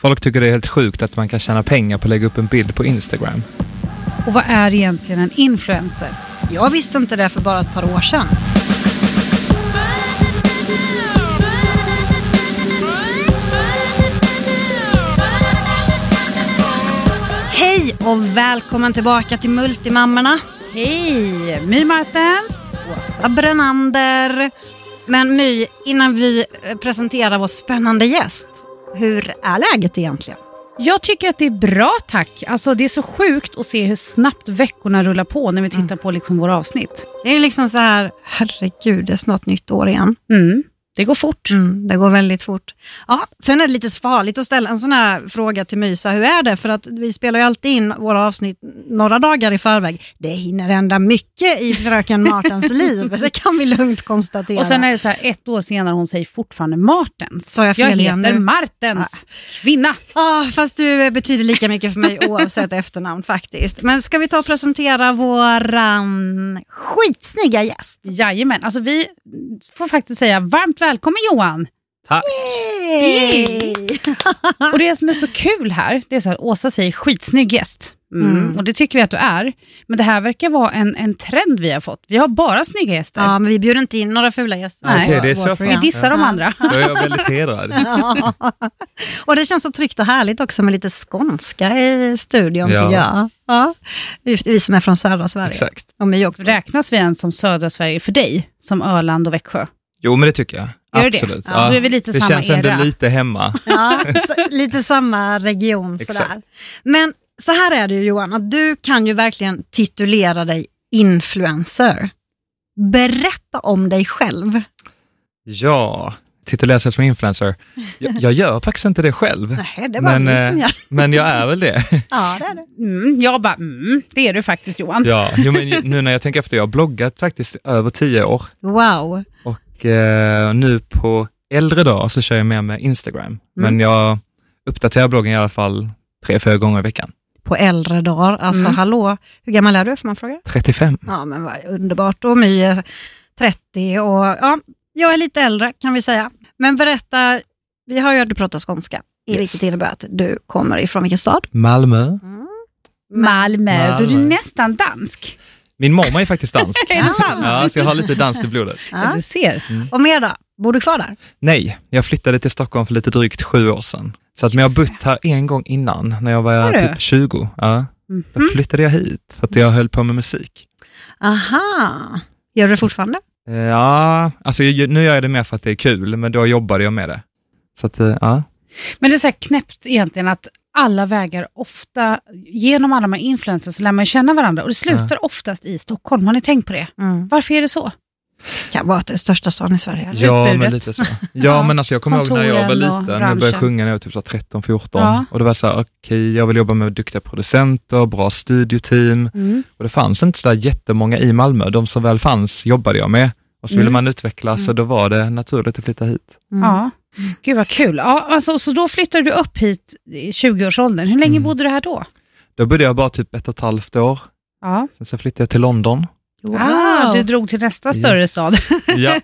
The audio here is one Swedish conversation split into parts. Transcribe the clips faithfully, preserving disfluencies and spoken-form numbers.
Folk tycker det är helt sjukt att man kan tjäna pengar på att lägga upp en bild på Instagram. Och vad är egentligen en influencer? Jag visste inte det för bara ett par år sedan. Hej och välkommen tillbaka till Multimammorna. Hej, My Martens. Åsa Brännander. Men My, innan vi presenterar vår spännande gäst, hur är läget egentligen? Jag tycker att det är bra, tack. Alltså det är så sjukt att se hur snabbt veckorna rullar på när vi tittar mm. på liksom våra avsnitt. Det är liksom så här, herregud, det är snart nytt år igen. Mm. Det går fort. Mm, det går väldigt fort. Ja, sen är det lite farligt att ställa en sån här fråga till Mysa. Hur är det? För att vi spelar ju alltid in våra avsnitt några dagar i förväg. Det hinner hända mycket i fröken Martens liv. Det kan vi lugnt konstatera. Och sen är det så här, ett år senare hon säger fortfarande Martens. Så jag, jag heter nu? Martens. Ja. Kvinna. Ja, fast du betyder lika mycket för mig oavsett efternamn faktiskt. Men ska vi ta och presentera våran skitsnygga gäst? Jajamän, alltså vi får faktiskt säga varmt välkommen Johan. Tack. Yay. Och det som är så kul här, det är så att Åsa säger skitsnygg gäst. Mm. Mm. Och det tycker vi att du är. Men det här verkar vara en, en trend vi har fått. Vi har bara snygga gäster. Ja, men vi bjuder inte in några fula gäster. Nej, okej, det är så vi dissar de andra. Jag är väldigt hedrad. Ja. Och det känns så tryggt och härligt också med lite skånska i studion, ja. tycker jag. Ja. Vi, vi som är från södra Sverige. Exakt. Och mig också. Räknas vi ens som södra Sverige för dig? Som Öland och Växjö? Jo, men det tycker jag. Gör absolut. Det? Ja, då är vi lite det samma känns ändå era. lite hemma. Ja, lite samma region sådär. Exakt. Men så här är det ju, Johan, att du kan ju verkligen titulera dig influencer. Berätta om dig själv. Ja, titulera sig som influencer. Jag, jag gör faktiskt inte det själv. Nej, det är bara men, vi som gör. Men jag är väl det. Ja, det är det. Mm, jag bara, mm, det är du faktiskt, Johan. Ja, jo, men nu när jag tänker efter, jag har bloggat faktiskt över tio år. Wow. Och eh, nu på äldre dag så kör jag med med Instagram. Mm. Men jag uppdaterar bloggen i alla fall tre, fyra gånger i veckan. På äldre dagar, alltså mm. hallå. Hur gammal är du, får man fråga? trettiofem. Ja, men vad underbart. Och My är trettio och ja, jag är lite äldre kan vi säga. Men berätta, vi har ju att du pratar skånska. Yes. Vilket innebär att du kommer ifrån vilken stad? Malmö. Mm. Malmö. Malmö. Då är du nästan dansk. Min mamma är faktiskt dansk. Är det sant? Ja, så jag har lite danskt i blodet. Ja. Du ser. Mm. Och mer då? Bor du kvar där? Nej, jag flyttade till Stockholm för lite drygt sju år sedan. Så att men jag har bott här en gång innan, när jag var typ tjugo. Ja. Mm. Då flyttade jag hit för att jag höll på med musik. Aha. Gör du det fortfarande? Ja, alltså nu gör jag det mer för att det är kul, men då jobbade jag med det. Så att, ja. Men det är så här knäppt egentligen att alla vägar ofta, genom alla de här influencers så lär man känna varandra. Och det slutar ja. oftast i Stockholm. Har ni tänkt på det? Mm. Varför är det så? Kan vara att det är största staden i Sverige. Ja, Utbudet. men lite så. Ja, ja. men alltså jag kommer ihåg när jag var liten, när jag började sjunga när jag var typ så tretton fjorton. Ja. Och det var så här, okej, okay, jag vill jobba med duktiga producenter, bra studioteam. Mm. Och det fanns inte så där jättemånga i Malmö. De som väl fanns jobbade jag med. Och så mm. ville man utvecklas, mm. så då var det naturligt att flytta hit. Mm. Ja, gud vad kul. Ja, alltså, så då flyttade du upp hit i tjugo-årsåldern. Hur länge mm. bodde du här då? Då bodde jag bara typ ett och ett halvt år. Ja. Sen så flyttade jag till London. Wow. Ah, du drog till nästa större yes. stad. Ja.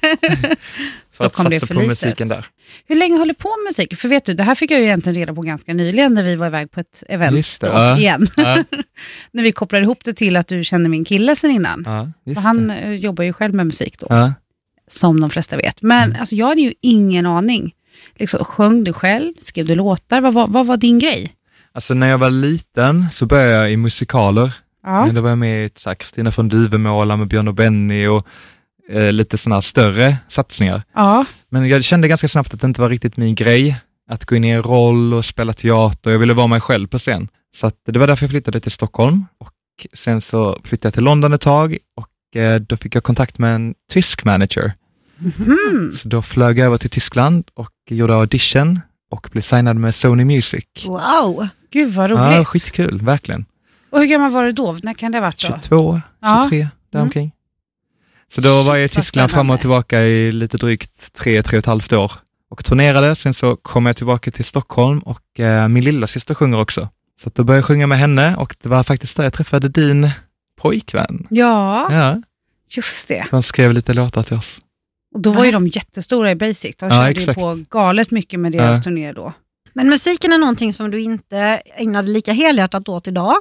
Så kom det för på litet. Musiken där. Hur länge håller på med musik? För vet du, det här fick jag ju egentligen reda på ganska nyligen när vi var iväg på ett event just det, då, ja. igen. Ja. När vi kopplade ihop det till att du kände min kille sen innan. Ja, just han det. jobbar ju själv med musik då. Ja. Som de flesta vet. Men mm. alltså, jag hade ju ingen aning. Liksom, sjöng du själv? Skrev du låtar? Vad, vad, vad var din grej? Alltså när jag var liten så började jag i musikaler. Ja. Då var jag med i Kristina från Duvemåla med Björn och Benny och eh, lite sådana större satsningar. Ja. Men jag kände ganska snabbt att det inte var riktigt min grej att gå in i en roll och spela teater. Jag ville vara mig själv på scen. Så att det var därför jag flyttade till Stockholm. Och sen så flyttade jag till London ett tag och eh, då fick jag kontakt med en tysk manager. Mm. Så då flög jag över till Tyskland och gjorde audition och blev signad med Sony Music. Wow! Gud vad roligt. Ja, skitkul, verkligen. Och hur gammal var du då? När kan det ha varit då? tjugotvå, tjugotre, ja. Däromkring. Mm. Så då var jag i Tyskland fram och tillbaka i lite drygt tre, tre och ett halvt år. Och turnerade, sen så kom jag tillbaka till Stockholm och eh, min lilla syster sjunger också. Så då började jag sjunga med henne och det var faktiskt där jag träffade din pojkvän. Ja, ja. Just det. De skrev lite låtar till oss. Och då var ju de jättestora i Basic. De ja, körde exakt. ju på galet mycket med deras ja. turné då. Men musiken är någonting som du inte ägnade lika helhjärtat åt idag?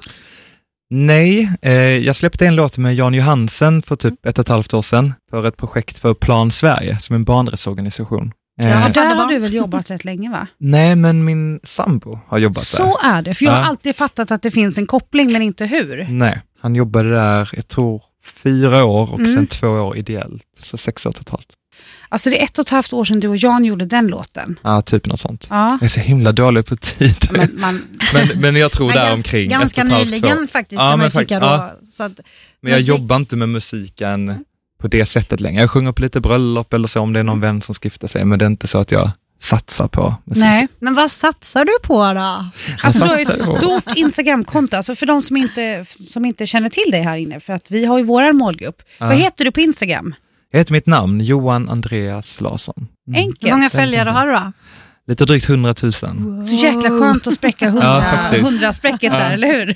Nej, eh, jag släppte en låt med Jan Johansen för typ ett och ett halvt år sedan för ett projekt för Plan Sverige som en barnrättsorganisation. Ja, för där har du väl jobbat rätt länge, va? Nej, men min sambo har jobbat Så där. Så är det, för jag har ja. alltid fattat att det finns en koppling, men inte hur. Nej, han jobbade där, jag tror, fyra år och mm. sen två år ideellt. Så sex år totalt. Alltså det är ett och ett halvt år sedan du och Jan gjorde den låten. Ja, typ något sånt. Ja. Jag är så himla dålig på tid. Men, man... men, men jag tror men där gans, omkring. Ganska ett och ett nyligen halvt, faktiskt. Ja, kan men, man tycka då, ja. så att, men jag musik... jobbar inte med musiken på det sättet längre. Jag sjunger på lite bröllop eller så om det är någon vän som skiftar sig. Men det är inte så att jag satsar på musik. Nej. Men vad satsar du på då? Alltså du har ju ett stort Instagram-konto. Alltså för de som inte, som inte känner till dig här inne. För att vi har ju våran målgrupp. Ja. Vad heter du på Instagram? Jag heter mitt namn, Johan Andreas Larsson. Mm. Enkelt. Hur många följare har du då? Lite drygt hundratusen. Wow. Så jäkla skönt att spräcka hundra, ja, hundra spräcket där, ja. Eller hur?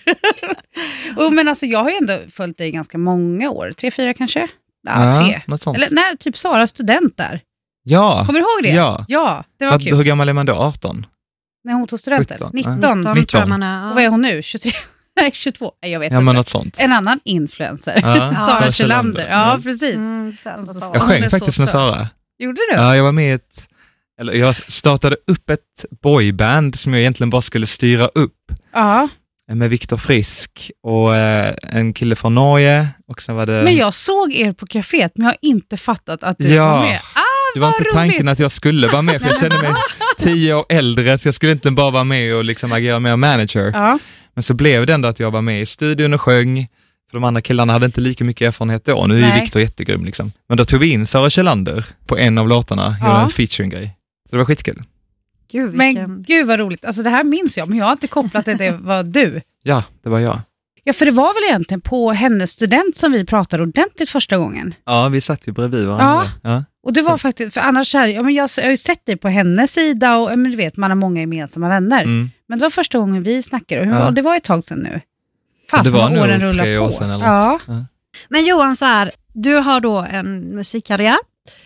Och, men alltså jag har ju ändå följt dig ganska många år. Tre, fyra kanske? Ja, ja tre. Något sånt. Eller när typ Sara student där. Ja. Kommer du ihåg det? Ja. Ja, det var Vad, kul. Hur gammal är man då? arton? När hon tog studenten? nitton. nitton. nitton. tror jag man är. Ja. Och vad är hon nu? tjugotre? Nej, tjugotvå. Nej, jag vet ja, inte. Men något sånt. En annan influencer. Ja. Sara Kjellander. Ja, precis. Mm, jag sjöng faktiskt med Sara. Gjorde du? Ja, jag var med i ett... Eller jag startade upp ett boyband som jag egentligen bara skulle styra upp. Ja. Med Viktor Frisk och eh, en kille från Norge. Och sen var det... Men jag såg er på kaféet, men jag har inte fattat att du ja. var med. Ah, det var inte roligt. Tanken att jag skulle vara med, för jag kände mig tio år äldre, så jag skulle inte bara vara med och liksom agera mer manager. Ja. Men så blev det ändå att jag var med i studion och sjöng. För de andra killarna hade inte lika mycket erfarenhet då. Nu är Nej. ju Viktor jättegrym liksom. Men då tog vi in Sara Kjellander på en av låtarna. Ja. Gjorde en featuring-grej. Så det var skitkul. Gud, vilken... Men gud vad roligt. Alltså det här minns jag, men jag har inte kopplat att det var du. Ja, det var jag. Ja, för det var väl egentligen på hennes student som vi pratade ordentligt första gången. Ja, vi satt ju bredvid varandra. Ja, ja. Och det var så. faktiskt, för annars här, ja, men jag, jag har ju sett dig på hennes sida och men du vet, man har många gemensamma vänner. Mm. Men det var första gången vi snackade och, ja. och det var ett tag sedan nu. Fast det var nog åren tre på. år sedan eller ja. något. Ja. Men Johan, så här, du har då en musikkarriär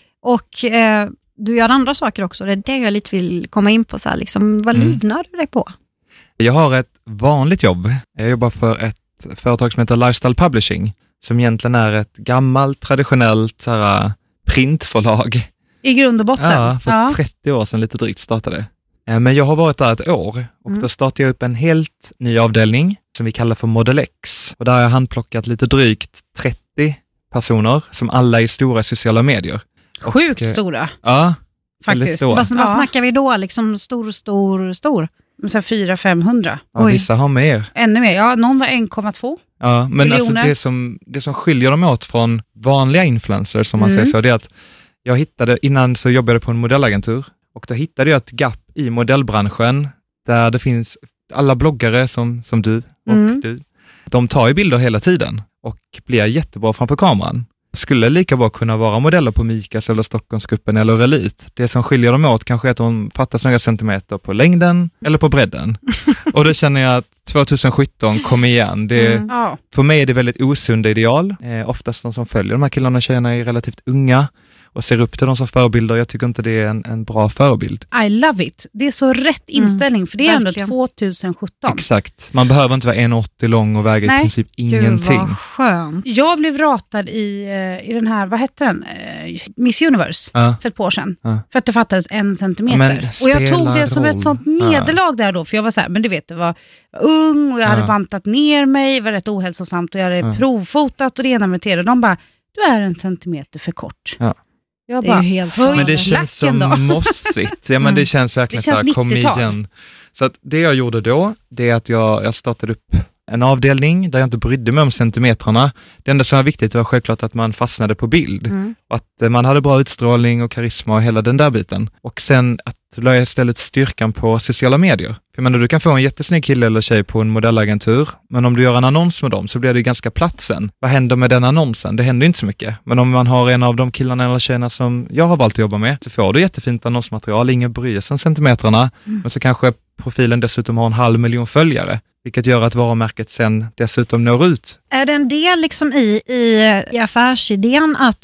och eh, du gör andra saker också. Det är det jag lite vill komma in på. Så här, liksom, vad mm. livnär du dig på? Jag har ett vanligt jobb. Jag jobbar för ett företag som heter Lifestyle Publishing, som egentligen är ett gammalt, traditionellt så här, printförlag. I grund och botten? Ja, för ja. trettio år sedan lite drygt startade. Men jag har varit där ett år och mm. då startade jag upp en helt ny avdelning som vi kallar för Model X. Och där har jag handplockat lite drygt trettio personer som alla är stora sociala medier. Sjukt och, stora. Ja, faktiskt. Vad, vad ja. snackar vi då? Liksom stor, stor, stor? Så fyra till femhundra. Ja, vissa har mer. Ännu mer. Ja, någon var en komma två. Ja, men alltså det som, det som skiljer dem åt från vanliga influencers, som man mm. säger så, det är att jag hittade, innan så jobbade jag på en modellagentur och då hittade jag ett gap i modellbranschen där det finns alla bloggare som, som du och mm. du. De tar ju bilder hela tiden och blir jättebra framför kameran. Skulle lika bra kunna vara modeller på Mikas eller Stockholmsgruppen eller Elit. Det som skiljer dem åt kanske är att de fattas några centimeter på längden eller på bredden. Och då känner jag att tjugohundrasjutton kom igen. Det, mm. För mig är det väldigt osunda ideal. Eh, oftast de som följer de här killarna och tjejerna är relativt unga och ser upp till dem som förebilder. Jag tycker inte det är en, en bra förebild. I love it. Det är så rätt inställning, mm. för det är ändå tjugohundrasjutton. Exakt. Man behöver inte vara en åttio lång och väga Nej. i princip ingenting. Gud, vad skönt. Jag blev ratad i, i den här, vad hette den? Miss Universe ja. för ett par år sedan. Ja. För att det fattades en centimeter. Ja, och jag tog det som roll. ett sånt nederlag ja. där då. För jag var så här, men du vet, det var ung och jag hade ja. bantat ner mig, var rätt ohälsosamt och jag hade ja. provfotat och det ena med det. Och de bara, du är en centimeter för kort. Ja. Jag det är bara, ju helt men det känns som då. mossigt. Ja, men det känns verkligen det känns så här, kom igen. Så att det jag gjorde då, det är att jag, jag startade upp en avdelning där jag inte brydde mig om centimetrarna. Det enda som var viktigt var självklart att man fastnade på bild. Mm. Och att man hade bra utstrålning och karisma och hela den där biten. Och sen att la jag istället styrkan på sociala medier. Jag menar, du kan få en jättesnygg kille eller tjej på en modellagentur, men om du gör en annons med dem så blir det ganska platt sen. Vad händer med den annonsen? Det händer inte så mycket. Men om man har en av de killarna eller tjejerna som jag har valt att jobba med, så får du jättefint annonsmaterial, ingen bryr sig om centimetrarna, mm. men så kanske profilen dessutom har en halv miljon följare, vilket gör att varumärket sen dessutom når ut. Är det en del liksom i, i, i affärsidén att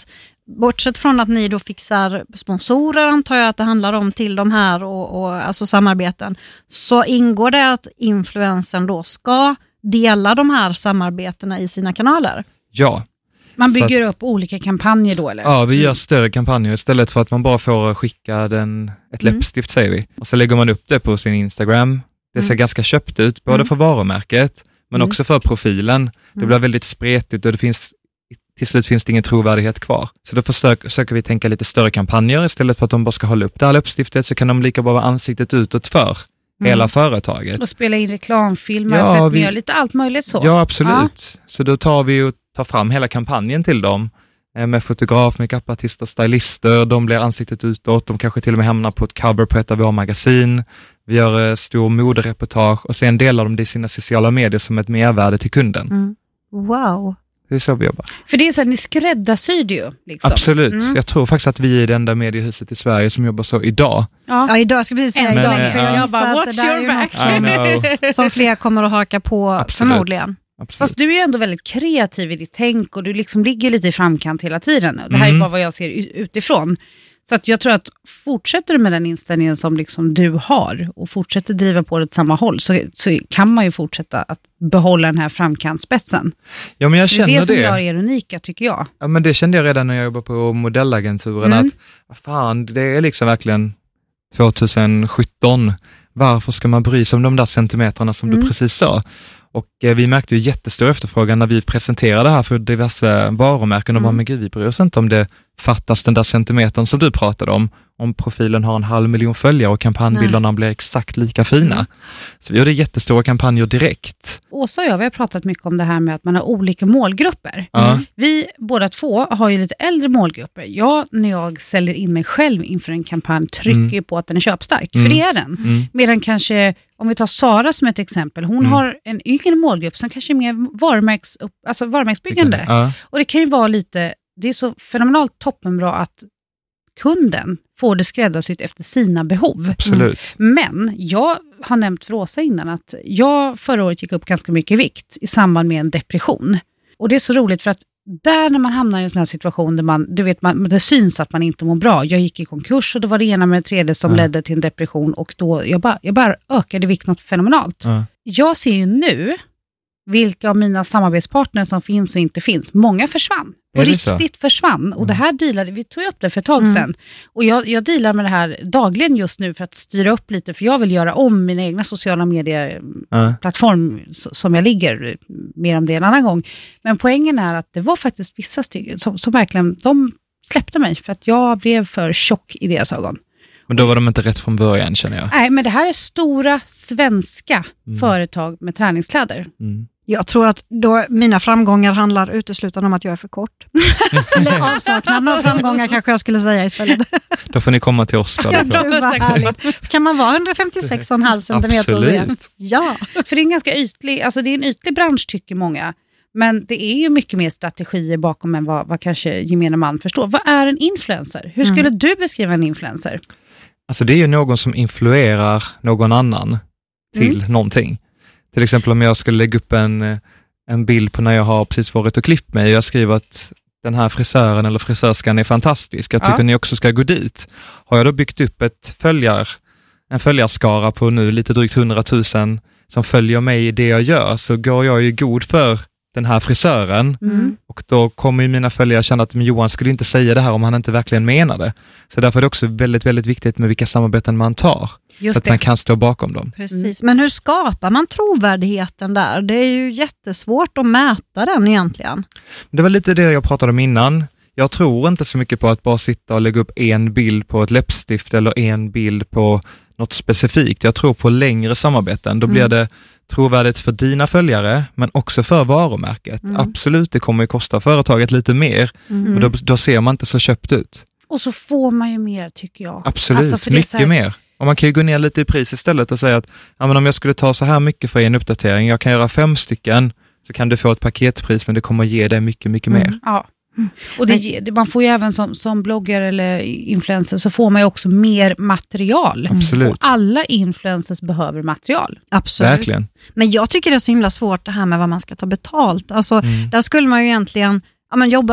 bortsett från att ni då fixar sponsorer, antar jag att det handlar om, till de här och, och alltså samarbeten, så ingår det att influensen då ska dela de här samarbetena i sina kanaler? Ja. Man bygger att, upp olika kampanjer då, eller? Ja, vi gör större kampanjer istället för att man bara får skicka den, ett mm. läppstift, säger vi. Och så lägger man upp det på sin Instagram. Det ser mm. ganska köpt ut, både mm. för varumärket men mm. också för profilen. Det mm. blir väldigt spretigt och det finns, till slut finns det ingen trovärdighet kvar. Så då försöker, försöker vi tänka lite större kampanjer. Istället för att de bara ska hålla upp det här läppstiftet, så kan de lika bara vara ansiktet utåt för mm. hela företaget. Och spela in reklamfilmer, ja, sätt vi, lite allt möjligt så. Ja, absolut. Ja. Så då tar vi och tar fram hela kampanjen till dem. Med fotograf, makeupartister, stylister. De blir ansiktet utåt. De kanske till och med hamnar på ett cover på ett av våra magasin. Vi gör eh, stor modereportage och sen delar de det i sina sociala medier som ett mervärde till kunden. Mm. Wow. Det är så vi jobbar. För det är så att ni skräddarsyr ju. Liksom. Absolut. Mm. Jag tror faktiskt att vi är det enda mediehuset i Sverige som jobbar så idag. Ja, ja idag ska vi precis säga. Men, för jag, jag bara, watch your back. Som, som fler kommer att haka på. Absolut. Förmodligen. Absolut. Fast du är ju ändå väldigt kreativ i ditt tänk och du liksom ligger lite i framkant hela tiden. Det här mm. är bara vad jag ser utifrån. Så att jag tror att fortsätter du med den inställningen som liksom du har och fortsätter driva på det åt samma håll, så, så kan man ju fortsätta att behålla den här framkantspetsen. Ja, men jag känner det. Det är det som det. gör er unika, tycker jag. Ja, men det kände jag redan när jag jobbade på modellagenturen. Mm. Att fan, det är liksom verkligen tjugohundrasjutton. Varför ska man bry sig om de där centimetrarna som mm. du precis sa? Och eh, vi märkte ju jättestor efterfrågan när vi presenterade det här för diverse varumärken och mm. bara, men gud, vi bryr oss inte om det fattas den där centimetern som du pratade om. Om profilen har en halv miljon följare och kampanjbilderna Nej. blir exakt lika fina. Mm. Så vi gjorde jättestora kampanjer direkt. Åsa och jag, vi har pratat mycket om det här med att man har olika målgrupper. Mm. Vi båda två har ju lite äldre målgrupper. Jag, när jag säljer in mig själv inför en kampanj, trycker mm. ju på att den är köpstark. Mm. För det är den. Mm. Medan kanske, om vi tar Sara som ett exempel, hon mm. har en yngre målgrupp som kanske är mer varumärks, alltså varumärksbyggande. Ja. Och det kan ju vara lite, det är så fenomenalt toppenbra att kunden får det skräddarsytt efter sina behov. Absolut. Mm. Men jag har nämnt för Åsa innan att jag förra året gick upp ganska mycket i vikt i samband med en depression. Och det är så roligt för att där när man hamnar i en sån här situation där man, du vet, man, det syns att man inte mår bra. Jag gick i konkurs och det var det ena med det tredje som mm. ledde till en depression och då, jag bara, jag bara ökade vikt något fenomenalt. Mm. Jag ser ju nu vilka av mina samarbetspartner som finns och inte finns. Många försvann. Och riktigt så? försvann. Och mm. det här dealade, vi tog upp det för ett tag sedan. Mm. Och jag, jag dealar med det här dagligen just nu för att styra upp lite. För jag vill göra om mina egna sociala medier-plattform mm. som jag ligger. Mer om det en annan gång. Men poängen är att det var faktiskt vissa stycken som, som verkligen, de släppte mig. För att jag blev för tjock i deras ögon. Men då var de inte rätt från början, känner jag. Nej, men det här är stora svenska mm. företag med träningskläder. Mm. Jag tror att då mina framgångar handlar uteslutande om att jag är för kort. Eller avsaknad av framgångar kanske jag skulle säga istället. Då får ni komma till oss. Kan man vara hundrafemtiosex komma fem centimeter? Absolut. Ja. För det är en ganska ytlig, alltså det är en ytlig bransch tycker många. Men det är ju mycket mer strategier bakom än vad, vad kanske gemene man förstår. Vad är en influencer? Hur skulle mm. du beskriva en influencer? Alltså det är ju någon som influerar någon annan till mm. någonting. Till exempel om jag skulle lägga upp en, en bild på när jag har precis varit och klippt mig och jag skriver att den här frisören eller frisörskan är fantastisk. Jag tycker ja. ni också ska gå dit. Har jag då byggt upp ett följar, en följarskara på nu lite drygt hundratusen som följer mig i det jag gör, så går jag ju god för den här frisören mm. och då kommer ju mina följare känna att men Johan skulle inte säga det här om han inte verkligen menade. Så därför är det också väldigt, väldigt viktigt med vilka samarbeten man tar. Just så att det. man kan stå bakom dem. Precis, men hur skapar man trovärdigheten där? Det är ju jättesvårt att mäta den egentligen. Det var lite det jag pratade om innan. Jag tror inte så mycket på att bara sitta och lägga upp en bild på ett läppstift eller en bild på något specifikt. Jag tror på längre samarbeten. Då mm. blir det trovärdigt för dina följare men också för varumärket. Mm. Absolut, det kommer ju kosta företaget lite mer mm. men då, då ser man inte så köpt ut. Och så får man ju mer tycker jag. Absolut, alltså mycket här... mer. Och man kan ju gå ner lite i pris istället och säga att ja, men om jag skulle ta så här mycket för en uppdatering, jag kan göra fem stycken så kan du få ett paketpris men det kommer ge dig mycket, mycket mm. mer. Ja. Mm. Och det, det, man får ju även som, som blogger eller influencer så får man ju också mer material. Absolut. Och alla influencers behöver material. Absolut. Verkligen. Men jag tycker det är så himla svårt det här med vad man ska ta betalt. Alltså, mm. där skulle man ju egentligen ja, men jobba med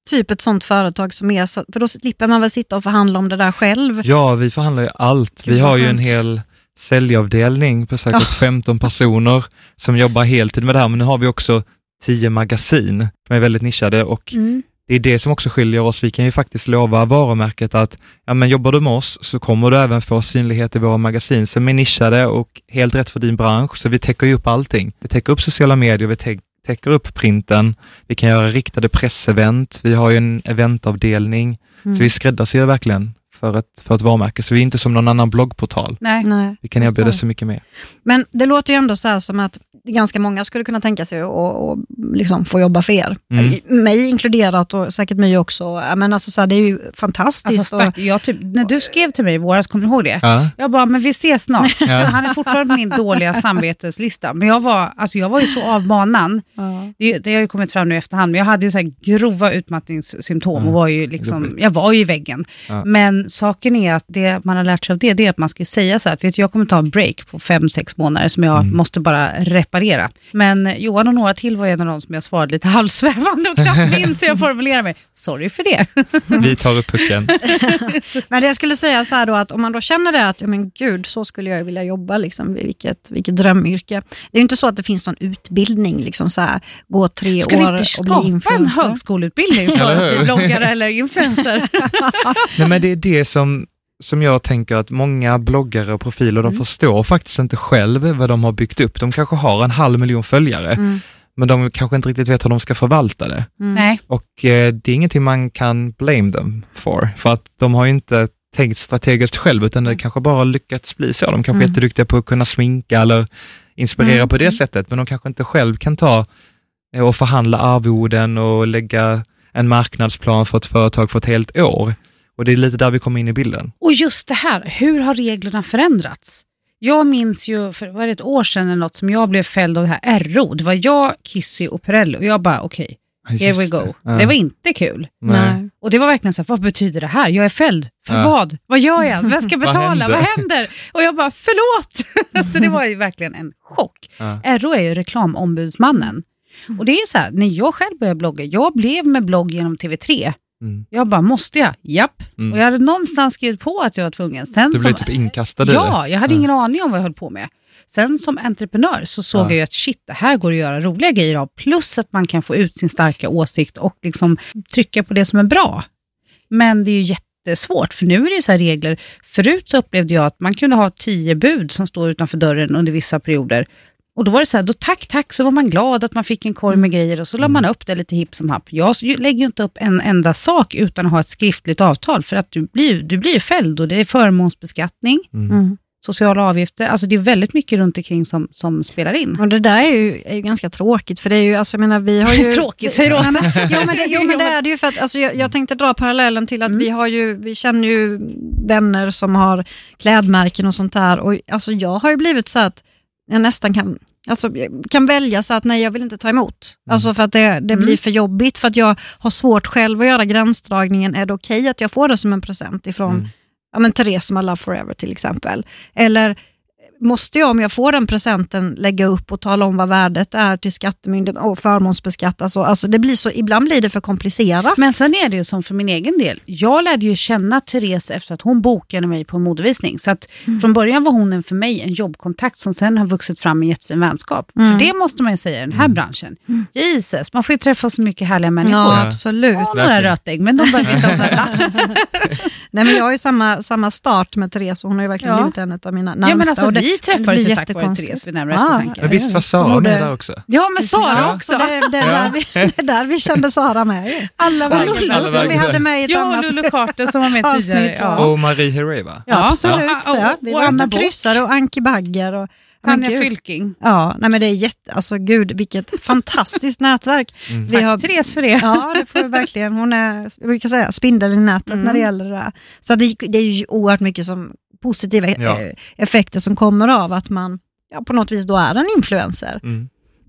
typ ett sånt företag som är så, för då slipper man väl sitta och förhandla om det där själv. Ja, vi förhandlar ju allt. Vi har ju en hel säljavdelning på säkert oh. femton personer som jobbar heltid med det här, men nu har vi också tio magasin som är väldigt nischade och mm. det är det som också skiljer oss. Vi kan ju faktiskt lova varumärket att ja, men jobbar du med oss så kommer du även få synlighet i våra magasin som är nischade och helt rätt för din bransch. Så vi täcker ju upp allting. Vi täcker upp sociala medier, vi tä- täcker upp printen, vi kan göra riktade pressevent, vi har ju en eventavdelning. Mm. Så vi skräddarsyr verkligen för ett, för ett varumärke. Så vi är inte som någon annan bloggportal. Nej. Nej, vi kan erbjuda så mycket mer. Men det låter ju ändå så här som att ganska många skulle kunna tänka sig att liksom få jobba för er. Mm. Mig inkluderat och säkert mig också. Men alltså, så här, det är ju fantastiskt. Alltså, och... jag typ, när du skrev till mig i våras, kommer du ihåg det? Ja. Jag bara, men vi ses snart. Ja. Han är fortfarande på min dåliga samveteslista. Men jag var, alltså, jag var ju så av banan. Ja. Det, det har ju kommit fram nu i efterhand. Men jag hade ju så här grova utmattningssymptom. Mm. Och var ju liksom, jag var ju i väggen. Ja. Men saken är att det man har lärt sig av det, det är att man ska säga så här, att vet du, jag kommer ta en break på fem, sex månader som jag mm. måste bara reparera. Men Johan och några till var en av de som jag svarade lite halvsvävande och knappt minns så jag formulerar mig. Sorry för det. Vi tar upp pucken. Men det jag skulle säga så här då, att om man då känner det att, ja men gud, så skulle jag vilja jobba liksom, vilket, vilket drömyrke. Det är ju inte så att det finns någon utbildning liksom så här, gå tre ska år och bli influencer. Ska vi inte skapa en högskoleutbildning för bloggare eller influencer? Nej, men det är det som som jag tänker att många bloggare och profiler, mm. de förstår faktiskt inte själv vad de har byggt upp. De kanske har en halv miljon följare, mm. men de kanske inte riktigt vet hur de ska förvalta det. Mm. Och eh, det är ingenting man kan blame them for, för att de har ju inte tänkt strategiskt själv, utan det kanske bara lyckats bli så. De kanske mm. är jätteduktiga på att kunna sminka eller inspirera mm. på det sättet, men de kanske inte själv kan ta eh, och förhandla arvoden och lägga en marknadsplan för ett företag för ett helt år. Och det är lite där vi kommer in i bilden. Och just det här, hur har reglerna förändrats? Jag minns ju för var det ett år sedan eller något som jag blev fälld av det här R O. Det var jag, Kissy och Perello. Och jag bara, okej, okay, here we go. Det, ja. det var inte kul. Nej. Och det var verkligen så här, vad betyder det här? Jag är fälld. För ja. vad? Vad gör jag? Vem ska betala? vad, händer? vad händer? Och jag bara, förlåt. Så det var ju verkligen en chock. Ja. R O är ju reklamombudsmannen. Mm. Och det är så här, när jag själv började blogga, jag blev med blogg genom T V tre. Mm. Jag bara, måste jag? Japp. Mm. Och jag hade någonstans skrivit på att jag var tvungen. Sen du blev som, typ inkastad i Ja, det. jag hade ja. ingen aning om vad jag höll på med. Sen som entreprenör så såg ja. jag ju att shit, det här går att göra roliga grejer av. Plus att man kan få ut sin starka åsikt och liksom trycka på det som är bra. Men det är ju jättesvårt, för nu är det så här regler. Förut så upplevde jag att man kunde ha tio bud som står utanför dörren under vissa perioder. Och då var det så här, då tack, tack, så var man glad att man fick en korg med grejer och så la man upp det lite hipp som happ. Jag lägger ju inte upp en enda sak utan att ha ett skriftligt avtal, för att du blir, du blir fälld och det är förmånsbeskattning, mm. sociala avgifter, alltså det är väldigt mycket runt omkring som, som spelar in. Och det där är ju, är ju ganska tråkigt, för det är ju, alltså jag menar, vi har ju... tråkigt, säger Rosa. Ja, men, jo, men det, jo, men det är det ju för att, alltså jag, jag tänkte dra parallellen till att mm. vi har ju, vi känner ju vänner som har klädmärken och sånt där, och alltså jag har ju blivit så att jag nästan kan, alltså, kan välja så att nej, jag vill inte ta emot. Mm. Alltså för att det, det blir mm. för jobbigt, för att jag har svårt själv att göra gränsdragningen. Är det okej okay att jag får det som en present ifrån mm. ja, men Therese som har Love Forever till exempel? Eller måste jag, om jag får den presenten, lägga upp och tala om vad värdet är till skattemyndigheten och förmånsbeskattas? Alltså det blir så, ibland blir det för komplicerat. Men sen är det ju som för min egen del. Jag lärde ju känna Therese efter att hon bokade mig på en modevisning. Så att mm. från början var hon en, för mig en jobbkontakt som sen har vuxit fram en jättefin vänskap. Mm. För det måste man ju säga i den här mm. branschen. Mm. Jesus, man får ju träffa så mycket härliga människor. Ja, absolut. Och några rötägg, men de behöver inte omvända. Nej, men jag har ju samma, samma start med Therese, och hon har ju verkligen ja. blivit en av mina närmsta. Ja, men alltså, och det, vi träffades ju tack vare Therese vid närmare ah, eftertanke. Men visst var Sara med där också? Ja, men Sara ja. också. Det, det, är där vi, det är där vi kände Sara med. Alla var Lullo som vi hade med i ett ja, annat Lullo Carter som var med tidigare. Ja. Och Marie Herreva. Ja, absolut. Ja. Ja. Vi var Anna Kryssare och Anki Bagger och Anja Fylking. Ja, nej men det är jätte, alltså gud, vilket fantastiskt nätverk. Mm. Vi Tack har, Therese för det. Ja, det får vi verkligen. Hon är, jag brukar säga, spindel i nätet mm. när det gäller det där. Så det, det är ju oerhört mycket som positiva ja. effekter som kommer av att man ja, på något vis då är en influencer. Mm.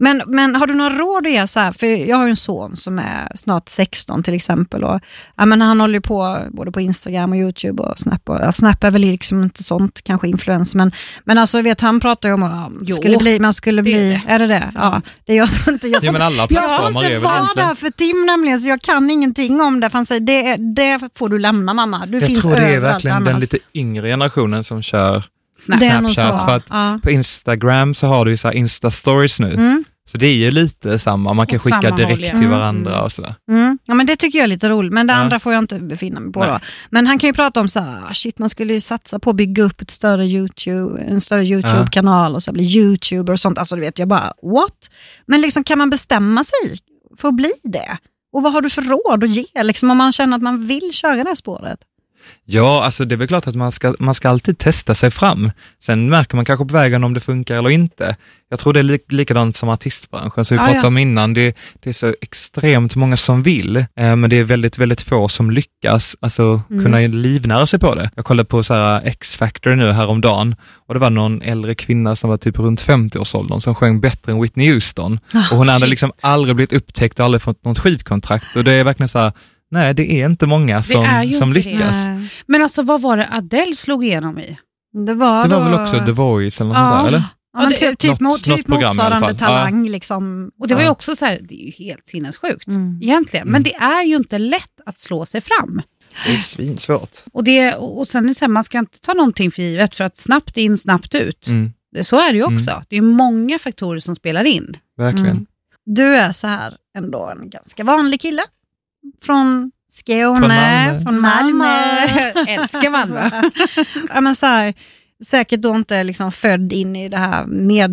Men, men har du några råd att ge så här? För jag har ju en son som är snart sexton till exempel. Och, ja, men han håller ju på både på Instagram och YouTube och Snap. Och, ja, Snap är väl liksom inte sånt, kanske influens. Men, men alltså vet han pratar ju om att ja, skulle bli, man skulle bli, det. Är det det? Ja, det är jag som inte. Jag får, ja, men alla jag får inte vara där för Tim nämligen, så jag kan ingenting om det. För han säger, det, det får du lämna mamma. Du jag finns tror det är överallt verkligen annars. Den lite yngre generationen som kör Snap. Snapchat. För att ja. på Instagram så har du ju så här Insta-stories nu. Mm. Så det är ju lite samma. Man kan och skicka direkt håll, ja. till varandra och sådär. Mm. Ja, men det tycker jag är lite roligt. Men det ja. andra får jag inte befinna mig på. Då. Men han kan ju prata om så här, shit, man skulle ju satsa på att bygga upp ett större YouTube, en större YouTube-kanal och så bli YouTuber och sånt. Alltså du vet, jag bara, what? Men liksom, kan man bestämma sig för att bli det? Och vad har du för råd att ge? Liksom, om man känner att man vill köra det här spåret? Ja, alltså det är väl klart att man ska, man ska alltid testa sig fram. Sen märker man kanske på vägen om det funkar eller inte. Jag tror det är li- likadant som artistbranschen, så vi ah, pratade ja. om innan. Det, det är så extremt många som vill, eh, men det är väldigt, väldigt få som lyckas alltså, mm. kunna livnära sig på det. Jag kollade på så här X-Factor nu häromdagen och det var någon äldre kvinna som var typ runt femtio-årsåldern som sjöng bättre än Whitney Houston. Oh, och hon hade liksom aldrig blivit upptäckt och aldrig fått något skivkontrakt. Och det är verkligen så här, nej, det är inte många som, som lyckas. Det. Men alltså, vad var det Adele slog igenom i? Det var, det var då... väl också The Voice eller något ja. sånt där, eller? Ja, men typ, typ, något, typ något motsvarande talang. Ja. Liksom. Och det var ju också så här, det är ju helt sinnessjukt mm. egentligen. Men det är ju inte lätt att slå sig fram. Det är svinsvårt. Och, det, och sen är det så här, man ska inte ta någonting för givet, för att snabbt in, snabbt ut. Mm. Det, så är det ju också. Mm. Det är många faktorer som spelar in. Verkligen. Mm. Du är så här ändå en ganska vanlig kille. Från Skåne, från Malmö. Från Malmö. Älskar Malmö. Ja, men så här, säkert då inte liksom född in i det här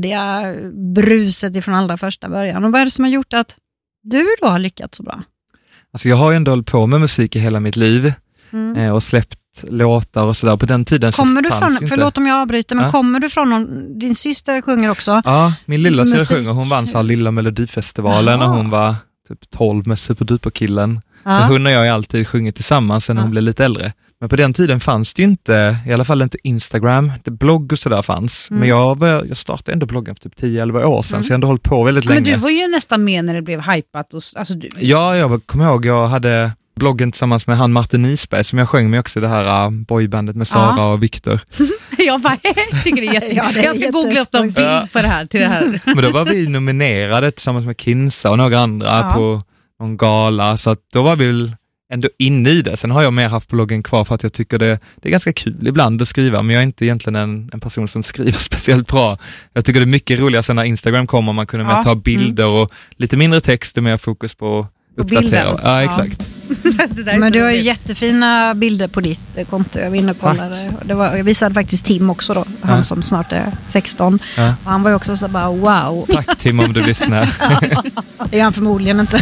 mediabruset ifrån allra första början. Och vad är det som har gjort att du då har lyckats så bra? Alltså jag har ju ändå hållit på med musik i hela mitt liv mm. eh, och släppt låtar och sådär. På den tiden kommer så du från, inte... förlåt om jag avbryter, men ja. kommer du från någon, din syster sjunger också? Ja, min lilla syster musik... sjunger. Hon vann så här Lilla Melodifestivalen när hon var typ tolv med Superduper-killen. Ja. Så hon och jag har alltid sjungit tillsammans sen ja. hon blev lite äldre. Men på den tiden fanns det ju inte, i alla fall inte Instagram, det blogg och sådär fanns. Mm. Men jag, jag startade ändå bloggen för typ tio elva år sedan, mm. så jag har ändå hållit på väldigt men länge. Men du var ju nästan med när det blev hypat. Och, alltså du... Ja, jag kommer ihåg, jag hade bloggen tillsammans med han Martin Nisberg som jag sjöng med också, det här uh, boybandet med Sara ja. och Viktor. Jag bara, jag tycker det är jätte... ja, det är jag ska jätte... googla upp en bild ja. på det här, till det här. Men då var vi nominerade tillsammans med Kinsa och några andra ja. på någon gala, så att då var vi väl ändå inne i det. Sen har jag mer haft bloggen kvar för att jag tycker det, det är ganska kul ibland att skriva, men jag är inte egentligen en, en person som skriver speciellt bra. Jag tycker det är mycket roligare sen när Instagram kommer, man kunde ja. mer ta bilder mm. och lite mindre text och mer fokus på uppdatera. Ja, ja, exakt. Men du har ju jättefina bilder på ditt konto. Jag var inne och kollade. Det var, jag visade faktiskt Tim också då, han ja. som snart är sexton. Ja. Och han var ju också så bara wow. Tack Tim om du lyssnar. Det är han förmodligen inte.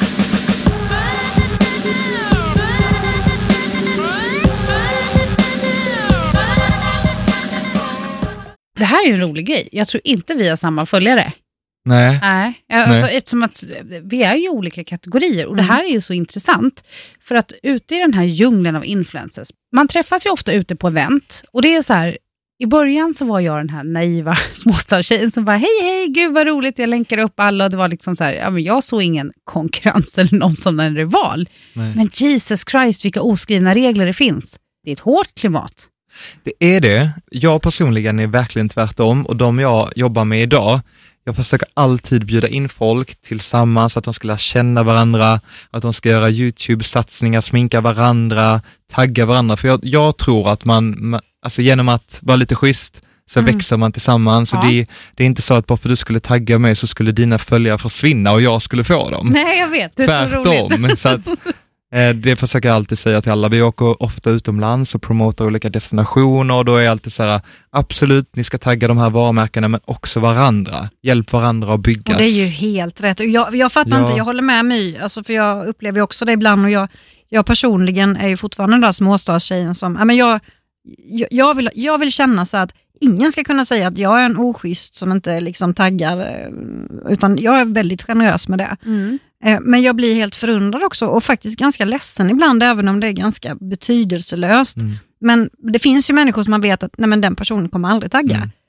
Det här är ju en rolig grej. Jag tror inte vi har samma följare. Nej. Nej. Alltså, Nej. Eftersom att vi är ju olika kategorier. Och det här är ju så intressant. För att ute i den här djungeln av influencers. Man träffas ju ofta ute på event. Och det är så här. I början så var jag den här naiva småstadstjejen som bara hej hej, gud vad roligt, jag länkar upp alla. Och det var liksom så här, ja men jag såg ingen konkurrens eller någon som en rival. Nej. Men Jesus Christ, vilka oskrivna regler det finns. Det är ett hårt klimat. Det är det. Jag personligen är verkligen tvärtom, och de jag jobbar med idag, jag försöker alltid bjuda in folk tillsammans, att de ska lära känna varandra, att de ska göra YouTube-satsningar, sminka varandra, tagga varandra. För jag, jag tror att man, alltså genom att vara lite schysst så mm. växer man tillsammans. Ja. Och det, det är inte så att bara för att du skulle tagga mig så skulle dina följare försvinna och jag skulle få dem. Nej, jag vet. Det är tvärtom. Så roligt. Så att det försöker jag alltid säga till alla. Vi åker ofta utomlands och promotar olika destinationer, och då är jag alltid så här, absolut, ni ska tagga de här varumärkena, men också varandra. Hjälp varandra att byggas. Och det är ju helt rätt. Jag, jag fattar ja. inte, jag håller med mig. Alltså, för jag upplever också det ibland, och jag, jag personligen är ju fortfarande den där småstadstjejen som, ja, men jag, jag, jag, vill, jag vill känna så att ingen ska kunna säga att jag är en oschysst som inte liksom taggar, utan jag är väldigt generös med det. Mm. Men jag blir helt förundrad också, och faktiskt ganska ledsen ibland, även om det är ganska betydelselöst. Mm. Men det finns ju människor som man vet att nej, men den personen kommer aldrig tagga. Mm.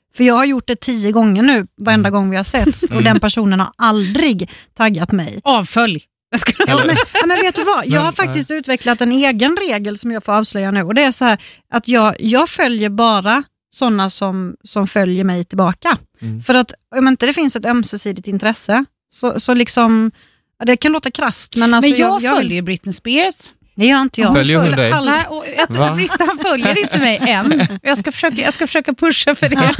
För jag har gjort det tio gånger nu, varenda gång vi har setts. Och den personen har aldrig taggat mig. Avfölj. Ja, men, ja, men vet du vad? Jag har faktiskt utvecklat en egen regel som jag får avslöja nu. Och det är så här att jag, jag följer bara sådana som, som följer mig tillbaka. Mm. För att om inte det finns ett ömsesidigt intresse så, så liksom, det kan låta krasst. Men, alltså men jag, jag följer jag... Britney Spears. Det gör inte jag. Följer hon dig? Nej, och jag tror Britta följer inte mig än. Jag ska försöka, jag ska försöka pusha för det.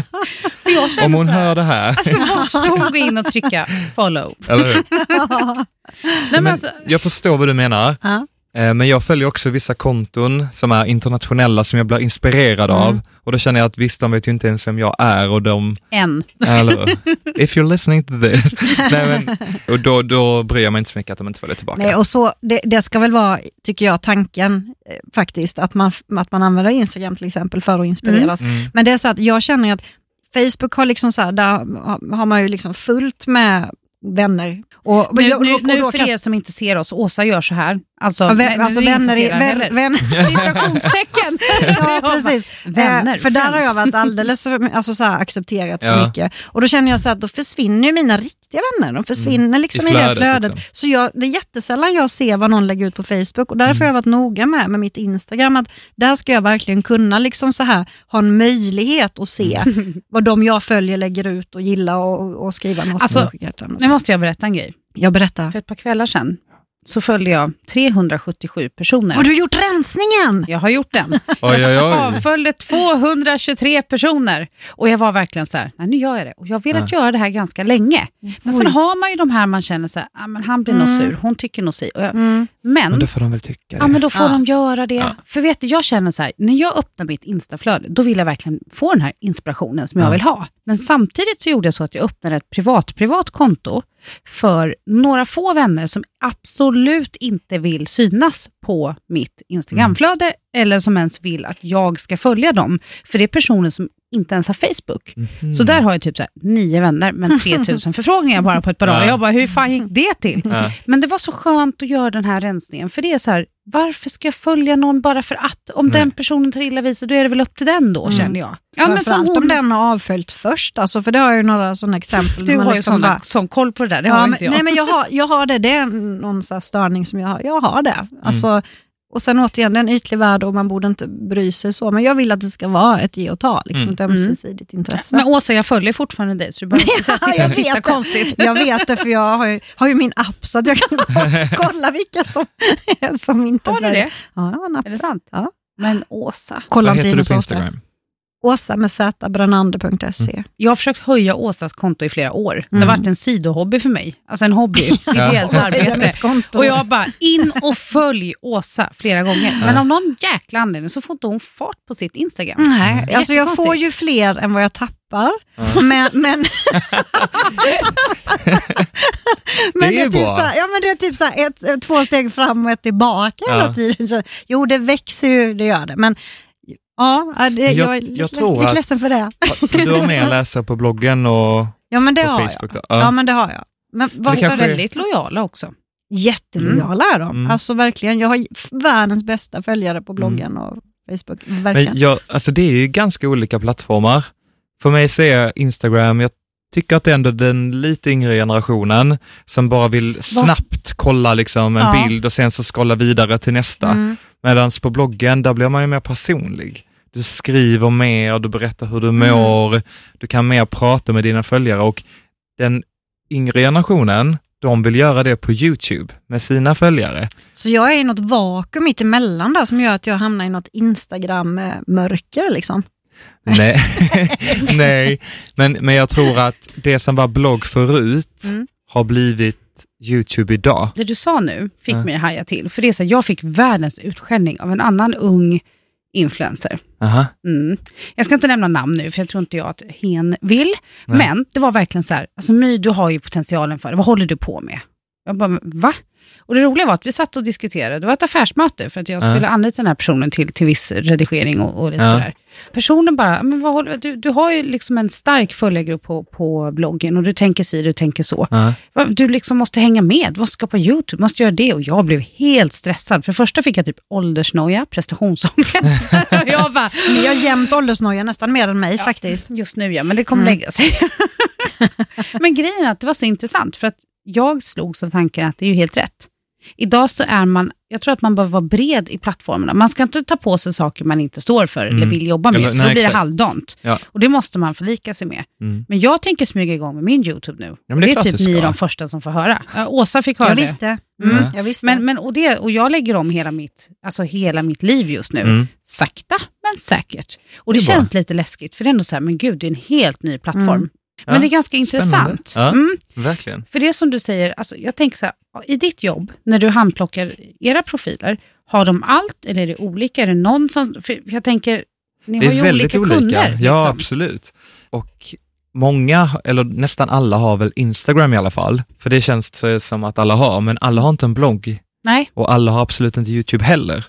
För jag om hon så här, hör det här. Alltså måste hon gå in och trycka follow. Eller hur? Nej, men men alltså... Jag förstår vad du menar. Ja. Men jag följer också vissa konton som är internationella som jag blir inspirerad mm. av. Och då känner jag att visst, de vet ju inte ens vem jag är. Och de... Än. Eller, if you're listening to this. Nej, men, och då, då bryr jag mig inte så mycket att de inte följer tillbaka. Nej, och så, det, det ska väl vara, tycker jag, tanken eh, faktiskt. Att man, att man använder Instagram till exempel för att inspireras. Mm. Mm. Men det är så att jag känner att Facebook har liksom så här, där har man ju liksom fullt med vänner. Och, nu och, och, och, nu och för kan... er som inte ser oss, Åsa gör så här. Alltså, ja, vän, alltså vänner i vän, vän. Citationstecken. Ja, precis. Vänner, eh, för där har jag varit alldeles alltså, så här, accepterat för ja. mycket. Och då känner jag så att då försvinner ju mina riktiga vänner. De försvinner mm. liksom i, flödet, i det flödet. Liksom. Så jag, det är jättesällan jag ser vad någon lägger ut på Facebook. Och därför mm. har jag varit noga med, med mitt Instagram. Att där ska jag verkligen kunna liksom så här, ha en möjlighet att se mm. vad de jag följer lägger ut och gillar och, och skriva något. Alltså, nu måste jag berätta en grej. Jag berättar. För ett par kvällar sedan så följde jag trehundrasjuttiosju personer. Har du gjort rensningen? Jag har gjort den. Oj, oj, oj. Jag avföljde tvåhundratjugotre personer. Och jag var verkligen så här, nej nu gör jag det. Och jag har velat ja. göra det här ganska länge. Men sen har man ju de här man känner så här, ah, men han blir mm. nog sur, hon tycker nog sig. Jag, mm. Men, men då får de väl tycka det. Ja, men då får ja. de göra det. Ja. För vet du, jag känner så här, när jag öppnar mitt Instaflöde, då vill jag verkligen få den här inspirationen som ja. jag vill ha. Men samtidigt så gjorde jag så att jag öppnade ett privat, privat konto för några få vänner som absolut inte vill synas på mitt Instagramflöde mm. eller som ens vill att jag ska följa dem. För det är personer som inte ens har Facebook. Mm. Så där har jag typ så här, nio vänner men tre tusen förfrågningar bara på ett par dagar. Ja. Jag bara, hur fan gick det till? Ja. Men det var så skönt att göra den här rensningen. För det är så här, varför ska jag följa någon bara för att? Om Nej. den personen tar illa vid sig, då är det väl upp till den då, mm. känner jag. Ja, men som hon... om den har avföljt först, alltså, för det har ju några sådana exempel. Du har liksom ju såna, bara... sån koll på det där, det ja, har men, inte jag. Nej, men jag har, jag har det, det är någon så här störning som jag har. Jag har det. Alltså, mm. Och sen återigen, det är en ytlig värld och man borde inte bry sig så. Men jag vill att det ska vara ett ge och ta, liksom, mm. ett ömsesidigt intresse. Men Åsa, jag följer fortfarande dig, så du behöver inte ja, sitta och titta konstigt. Jag vet det, för jag har ju, har ju min app så att jag kan kolla vilka som, som inte har du följer. Det? Ja, jag har en app. Är det sant? Ja. Men Åsa. Kolla. Vad heter du på Instagram? Åsa med z branander punkt se. Mm. Jag har försökt höja Åsas konto i flera år. Mm. Det har varit en sidohobby för mig. Alltså en hobby, ideellt arbete. Och jag bara, in och följ Åsa flera gånger. Men av någon jäkla anledning så får inte hon fart på sitt Instagram. Nej, alltså jag får ju fler än vad jag tappar. Mm. Men, men... men det är, det är typ så här, ja, men det är typ så här ett, två steg fram och ett tillbaka ja. hela tiden. Så, jo, det växer ju, det gör det. Men ja, det, jag, jag är lite, jag tror lite ledsen för det. Du har mer läsare på bloggen och ja, men det på har Facebook. Jag. Ja. ja, men det har jag. Men varför kanske... väldigt lojala också. Jättelojala är de. Mm. Alltså verkligen, jag har världens bästa följare på bloggen mm. och Facebook. Verkligen. Men jag, alltså det är ju ganska olika plattformar. För mig ser jag Instagram, jag tycker att det är ändå den lite yngre generationen som bara vill snabbt Va? kolla liksom en ja. bild och sen så scrolla vidare till nästa. Mm. Medan på bloggen, där blir man ju mer personlig. Du skriver mer och du berättar hur du mår. Mm. Du kan mer prata med dina följare. Och den yngre generationen, de vill göra det på YouTube med sina följare. Så jag är i något vakuum mitt emellan där som gör att jag hamnar i något Instagram-mörker liksom. Nej, Nej. Men, men jag tror att det som var blogg förut mm. har blivit YouTube idag. Det du sa nu fick ja. mig haja till. För det är så, jag fick världens utskällning av en annan ung influencer. Aha. Mm. Jag ska inte nämna namn nu, för jag tror inte jag att hen vill. Nej. Men det var verkligen så här, alltså My, du har ju potentialen för det. Vad håller du på med? Jag bara, va? Och det roliga var att vi satt och diskuterade. Det var ett affärsmöte för att jag skulle ja. anlita den här personen till, till viss redigering och, och lite ja. sådär. Personen bara, men vad håller, du, du har ju liksom en stark följargrupp på, på bloggen och du tänker si, du tänker så. Ja. Du liksom måste hänga med, du måste skapa YouTube, måste göra det. Och jag blev helt stressad. För första fick jag typ åldersnoja, prestationsångest. och jag bara, jag har jämt åldersnoja, nästan mer än mig ja, faktiskt. Just nu ja, men det kommer mm. lägga sig. Men grejen är att det var så intressant för att jag slog av tanken att det är ju helt rätt. Idag så är man, jag tror att man behöver vara bred i plattformarna. Man ska inte ta på sig saker man inte står för mm. eller vill jobba med, eller, för nej, då blir exakt. det halvdant. Ja. Och det måste man förlika sig med. Mm. Men jag tänker smyga igång med min YouTube nu. Ja, det är, det är typ ni de första som får höra. Åsa fick höra jag det. Visste. Mm. Mm. Jag visste. Men, men, och, det, och jag lägger om hela mitt, alltså hela mitt liv just nu. Mm. Sakta, men säkert. Och det, det känns bra. Lite läskigt, för det är ändå så här, men gud, det är en helt ny plattform. Mm. Men ja, det är ganska intressant. Ja, mm. verkligen. För det som du säger, alltså jag tänker så här, i ditt jobb, när du handplockar era profiler, har de allt eller är det olika? Är det någon som, för jag tänker, ni det har ju olika, olika kunder. Liksom. Ja, absolut. Och många, eller nästan alla har väl Instagram i alla fall. För det känns så som att alla har, men alla har inte en blogg. Nej. Och alla har absolut inte YouTube heller.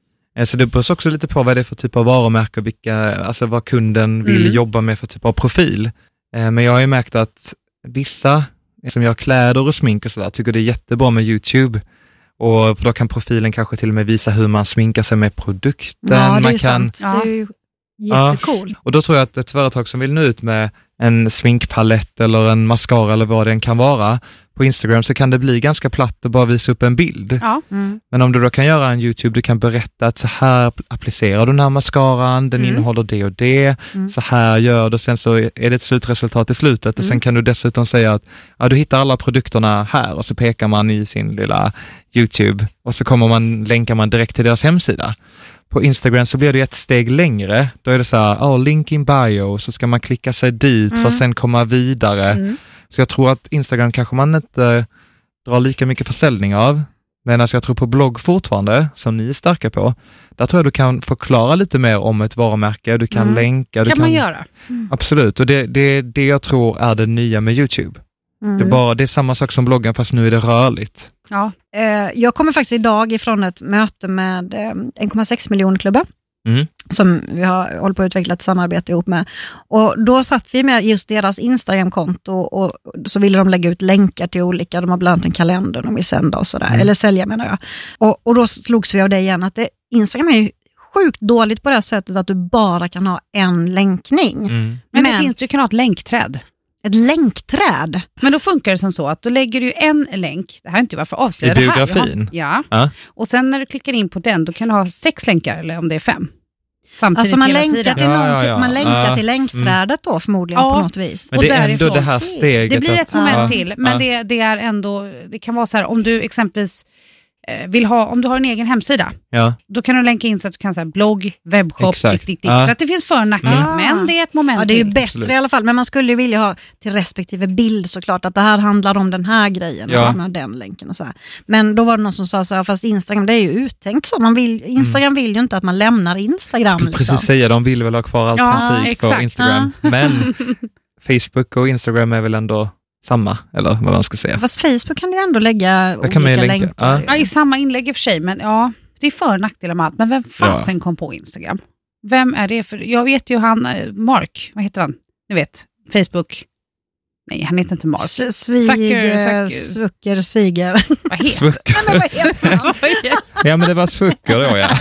Så det beror också lite på vad det är för typ av varumärke och vilka, alltså vad kunden vill mm. jobba med för typ av profil. Men jag har ju märkt att vissa som gör kläder och smink och sådär tycker det är jättebra med YouTube. Och för då kan profilen kanske till och med visa hur man sminkar sig med produkten. Ja, det är man kan, sant. Ja. Det är ju jättekul. Ja, och då tror jag att ett företag som vill nå ut med en sminkpalett eller en mascara eller vad det än kan vara på Instagram, så kan det bli ganska platt och bara visa upp en bild. Ja. Mm. Men om du då kan göra en YouTube, du kan berätta att så här applicerar du den här mascaran, den mm. innehåller det och det, mm. så här gör du, och sen så är det ett slutresultat i slutet mm. och sen kan du dessutom säga att ja, du hittar alla produkterna här, och så pekar man i sin lilla YouTube och så kommer man, länkar man direkt till deras hemsida. På Instagram så blir det ett steg längre. Då är det så här, oh, link in bio, så ska man klicka sig dit mm. för att sen komma vidare. Mm. Så jag tror att Instagram kanske man inte drar lika mycket försäljning av. Men alltså jag tror på blogg fortfarande, som ni är starka på, där tror jag du kan förklara lite mer om ett varumärke. Du kan mm. länka. Du kan man göra. Mm. Absolut, och det, det, det jag tror är det nya med YouTube. Mm. Det, är bara, det är samma sak som bloggen, fast nu är det rörligt. Ja. Eh, jag kommer faktiskt idag ifrån ett möte med eh, en komma sex miljoner klubbar. Mm. Som vi har hållit på att utveckla ett samarbete ihop med. Och då satt vi med just deras Instagram-konto, och så ville de lägga ut länkar till olika, de har bland annat en kalender de vill sända och sådär, mm. eller sälja menar jag. Och, och då slogs vi av det igen, att det, Instagram är ju sjukt dåligt på det här sättet att du bara kan ha en länkning. Mm. Men, Men det finns, du kan ha ett länkträd. Ett länkträd. Men då funkar det som så att då lägger du en länk, det här är inte varför avslöja det här. I biografin? Ja. ja. Och sen när du klickar in på den, då kan du ha sex länkar, eller om det är fem. Samtidigt alltså man hela länkar tiden. till, ja, ja, ja. Man länkar ja. till länkträdet då förmodligen ja. på något vis. Men det är ändå det här steget. Det blir ett moment ja. till, men ja. det, det är ändå, det kan vara så här, om du exempelvis vill ha, om du har en egen hemsida, ja. då kan du länka in så att du kan säga blogg, webbshop, dick, dick, dick, ja. så att det finns för- och nackdelar, mm. men det är ett moment. Ja, det är ju till. bättre Absolut. I alla fall, men man skulle ju vilja ha till respektive bild såklart, att det här handlar om den här grejen, ja. och den länken och så här. Men då var det någon som sa så här, fast Instagram, det är ju uttänkt så, man vill, Instagram mm. vill ju inte att man lämnar Instagram. Jag skulle precis liksom. säga, de vill väl ha kvar all ja, trafik exakt. på Instagram, ja. men Facebook och Instagram är väl ändå samma, eller vad man ska säga. Fast Facebook kan du ändå lägga det olika länkar. Ja. Ja, i samma inlägg i och för sig, men ja, det är för nackdelar med allt. Men vem fasen ja. kom på Instagram? Vem är det? För jag vet ju han, Mark, vad heter han? Ni vet, Facebook. Nej, han heter inte Mark. S- Sviger, Svucker, Sviger. Vad heter Svucker. Nej, men vad heter han? Ja, men det var Svucker då, ja.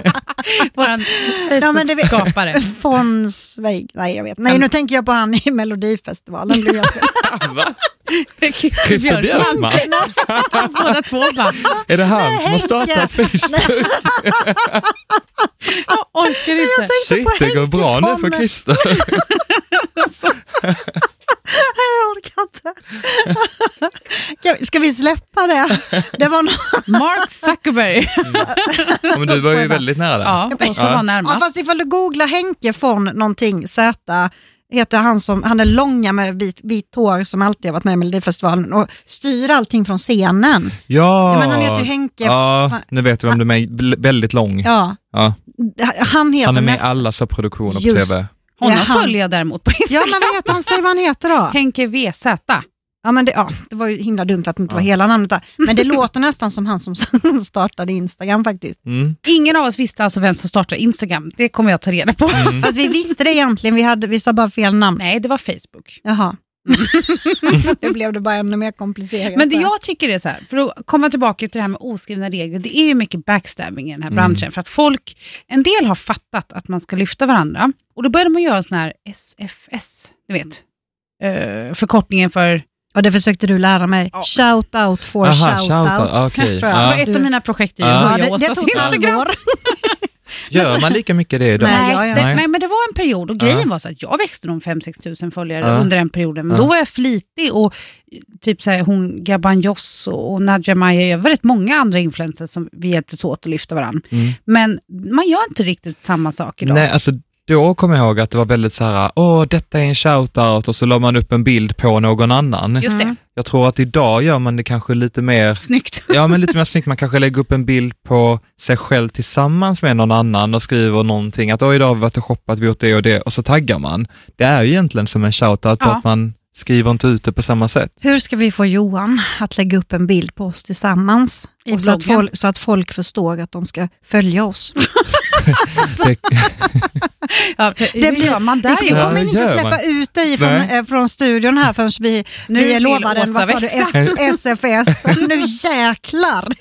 Våran Facebook-skapare. Ja, von Sveig. Nej, jag vet. Nej, nu tänker jag på han i Melodifestivalen. Va? Christer Björkman? Båda två bara. Är det han som har startat Facebook? Jag orkar inte. Shit, det går bra nu för Christer. Jag orkar inte. Ska vi släppa det? Det var någon... Mark Zuckerberg. Ja, men du var ju väldigt nära. Ja, och så var närmast. Ja, fast ifall du googlar Henke från någonting, Z, heter han som, han är långa med vit, vit hår som alltid har varit med i Melodifestivalen och styr allting från scenen. Ja, men han heter ju Henke. Ja, nu vet du vem du är, väldigt lång. Ja. ja. Han heter Han är med mest... i alla så produktioner på Just. T V. Honom ja, han... följer jag däremot på Instagram. Ja, men vad heter han? Säg vad han heter då. Henke V Z. Ja, men det, ja, det var ju himla dumt att det inte ja. var hela namnet där. Men det låter nästan som han som startade Instagram faktiskt. Mm. Ingen av oss visste alltså vem som startade Instagram. Det kommer jag ta reda på. Mm. Fast vi visste det egentligen. Vi, hade, vi sa bara fel namn. Nej, det var Facebook. Jaha. Det blev det bara ännu mer komplicerat. Men det jag tycker är så här, för att komma tillbaka till det här med oskrivna regler, det är ju mycket backstabbing i den här mm. branschen. För att folk, en del har fattat att man ska lyfta varandra. Och då började man göra sån här S F S, du vet. Uh, förkortningen för... Och det försökte du lära mig. Ja. Shout out for Aha, shout, shout out. out. Okay. Det var ett av mina projekt i ja. ja, det, det tog Instagram. Gör man lika mycket det idag? Nej, ja, ja. Det, nej, men det var en period och grejen ja. var så att jag växte de fem sex tusen följare ja. under den perioden. Men ja. då var jag flitig och typ så här, hon Gaban Joss och Nadja Maja, över rätt många andra influencers som vi hjälptes åt att lyfta varandra. Mm. Men man gör inte riktigt samma sak idag. Nej, alltså då kommer jag ihåg att det var väldigt så här, åh, detta är en shoutout, och så la man upp en bild på någon annan. Just det. Jag tror att idag gör man det kanske lite mer... Snyggt. Ja, men lite mer snyggt. Man kanske lägger upp en bild på sig själv tillsammans med någon annan och skriver någonting. Att idag har vi varit och shoppat, vi gjort det och det. Och så taggar man. Det är ju egentligen som en shoutout på ja. att man skriver inte ut det på samma sätt. Hur ska vi få Johan att lägga upp en bild på oss tillsammans? Och så, att folk, så att folk förstår att de ska följa oss. det, ja, för, det blir man där. Vi kommer ja, inte släppa man. ut dig från, äh, från studion här förrän vi, nu vi lovar den. Vad sa du? S F S. Nu jäklar.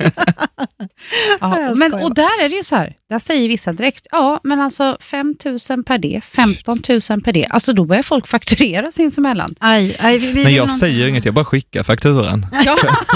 Ja, men, och där är det ju så här. Där säger vissa direkt, ja men alltså fem tusen per det, femton tusen per det. Alltså då börjar folk fakturera sinsemellan. Aj, aj, vi men jag någon... säger inget, jag bara skickar fakturan. Ja,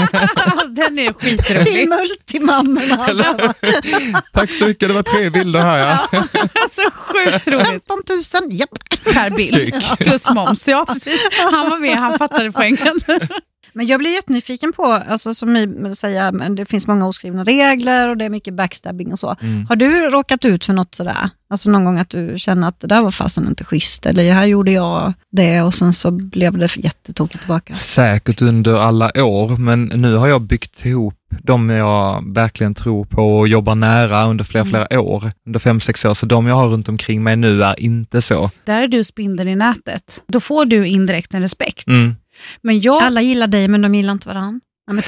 den är skitrolig. Till multimammorna. Tack så mycket, det var tre bilder här. Ja. Ja, så sjukt roligt. femton tusen, japp. Per bild, plus moms. Ja, precis. Han var med, han fattade poängen. Men jag blir jättenyfiken på, alltså som vi säger, men det finns många oskrivna regler och det är mycket backstabbing och så. Mm. Har du råkat ut för något sådär? Alltså någon gång att du känner att det där var fasen inte schysst, eller här gjorde jag det och sen så blev det jättetokigt tillbaka? Säkert under alla år, men nu har jag byggt ihop de jag verkligen tror på och jobbar nära under flera, mm. flera år, under fem, sex år, så de jag har runt omkring mig nu är inte så. Där är du spindeln i nätet. Då får du indirekt en respekt. Mm. Men jag... Alla gillar dig men de gillar inte varandra.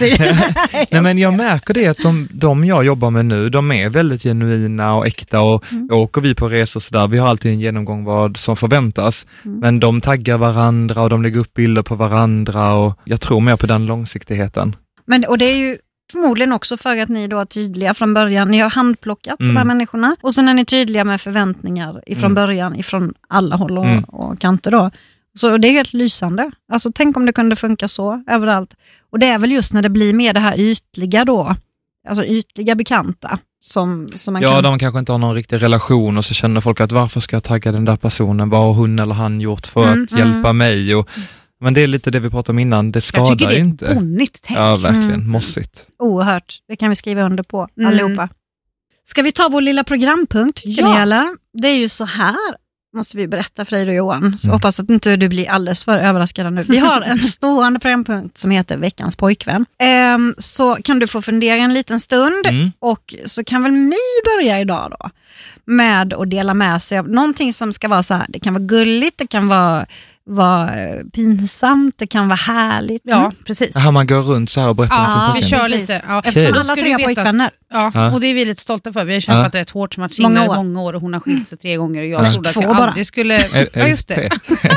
Nej, men jag märker det att de, de jag jobbar med nu, de är väldigt genuina och äkta och mm. åker vi på resor så där, vi har alltid en genomgång vad som förväntas, mm. men de taggar varandra och de lägger upp bilder på varandra och jag tror mer på den långsiktigheten. Men, och det är ju förmodligen också för att ni då är tydliga från början. Ni har handplockat mm. de här människorna och sen är ni tydliga med förväntningar ifrån mm. början, ifrån alla håll och, mm. och kanter då. Så det är helt lysande. Alltså tänk om det kunde funka så överallt. Och det är väl just när det blir mer det här ytliga då. Alltså ytliga bekanta. Som, som man ja, kan... de kanske inte har någon riktig relation och så känner folk att varför ska jag tagga den där personen? Vad har hon eller han gjort för mm, att mm. hjälpa mig? Och, men det är lite det vi pratade om innan. Det skadar inte. Jag tycker det är ett onnigt tänk. Ja, verkligen. Mm. Mossigt. Oerhört. Det kan vi skriva under på mm. allihopa. Ska vi ta vår lilla programpunkt? Ja. Eller? Det är ju så här. Måste vi berätta för dig och Johan. Så mm. hoppas att inte du blir alldeles för överraskad nu. Vi har en stående programpunkt som heter Veckans pojkvän. Ehm, så kan du få fundera en liten stund. Mm. Och så kan väl My börja idag då. Med att dela med sig av någonting som ska vara så här. Det kan vara gulligt, det kan vara... var pinsamt, det kan vara härligt. Ja, precis. Aha, man går runt så här och berättar ja, om vi kör lite. Ja. Eftersom alla tre är pojkvänner. Ja, ja, och det är vi lite stolta för. Vi har kämpat ja. rätt hårt som att singla i många år och hon har skilt sig tre gånger och jag ja. trodde att jag aldrig skulle... Ja, just det.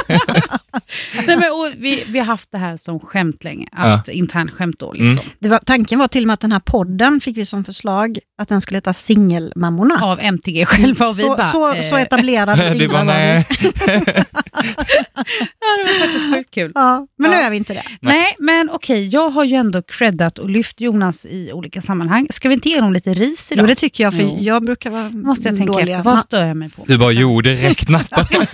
Nej, men, och vi, vi har haft det här som skämt länge. Att ja. intern skämt då liksom. Mm. Det var, tanken var till och med att den här podden fick vi som förslag att den skulle heta Singelmammorna. Av M T G själva och vi så, bara... Så, eh... så etablerade singlar var vi. Ja, det var faktiskt sjukt kul. Ja, men ja. nu är vi inte det. Nej, Nej men okej, jag har ju ändå creddat och lyft Jonas i olika sammanhang. Ska vi inte ge dem lite ris idag? Jo, det tycker jag, för jo. jag brukar vara Måste jag tänka dåliga. efter, vad stör jag mig på? Du bara, jo, det räknar.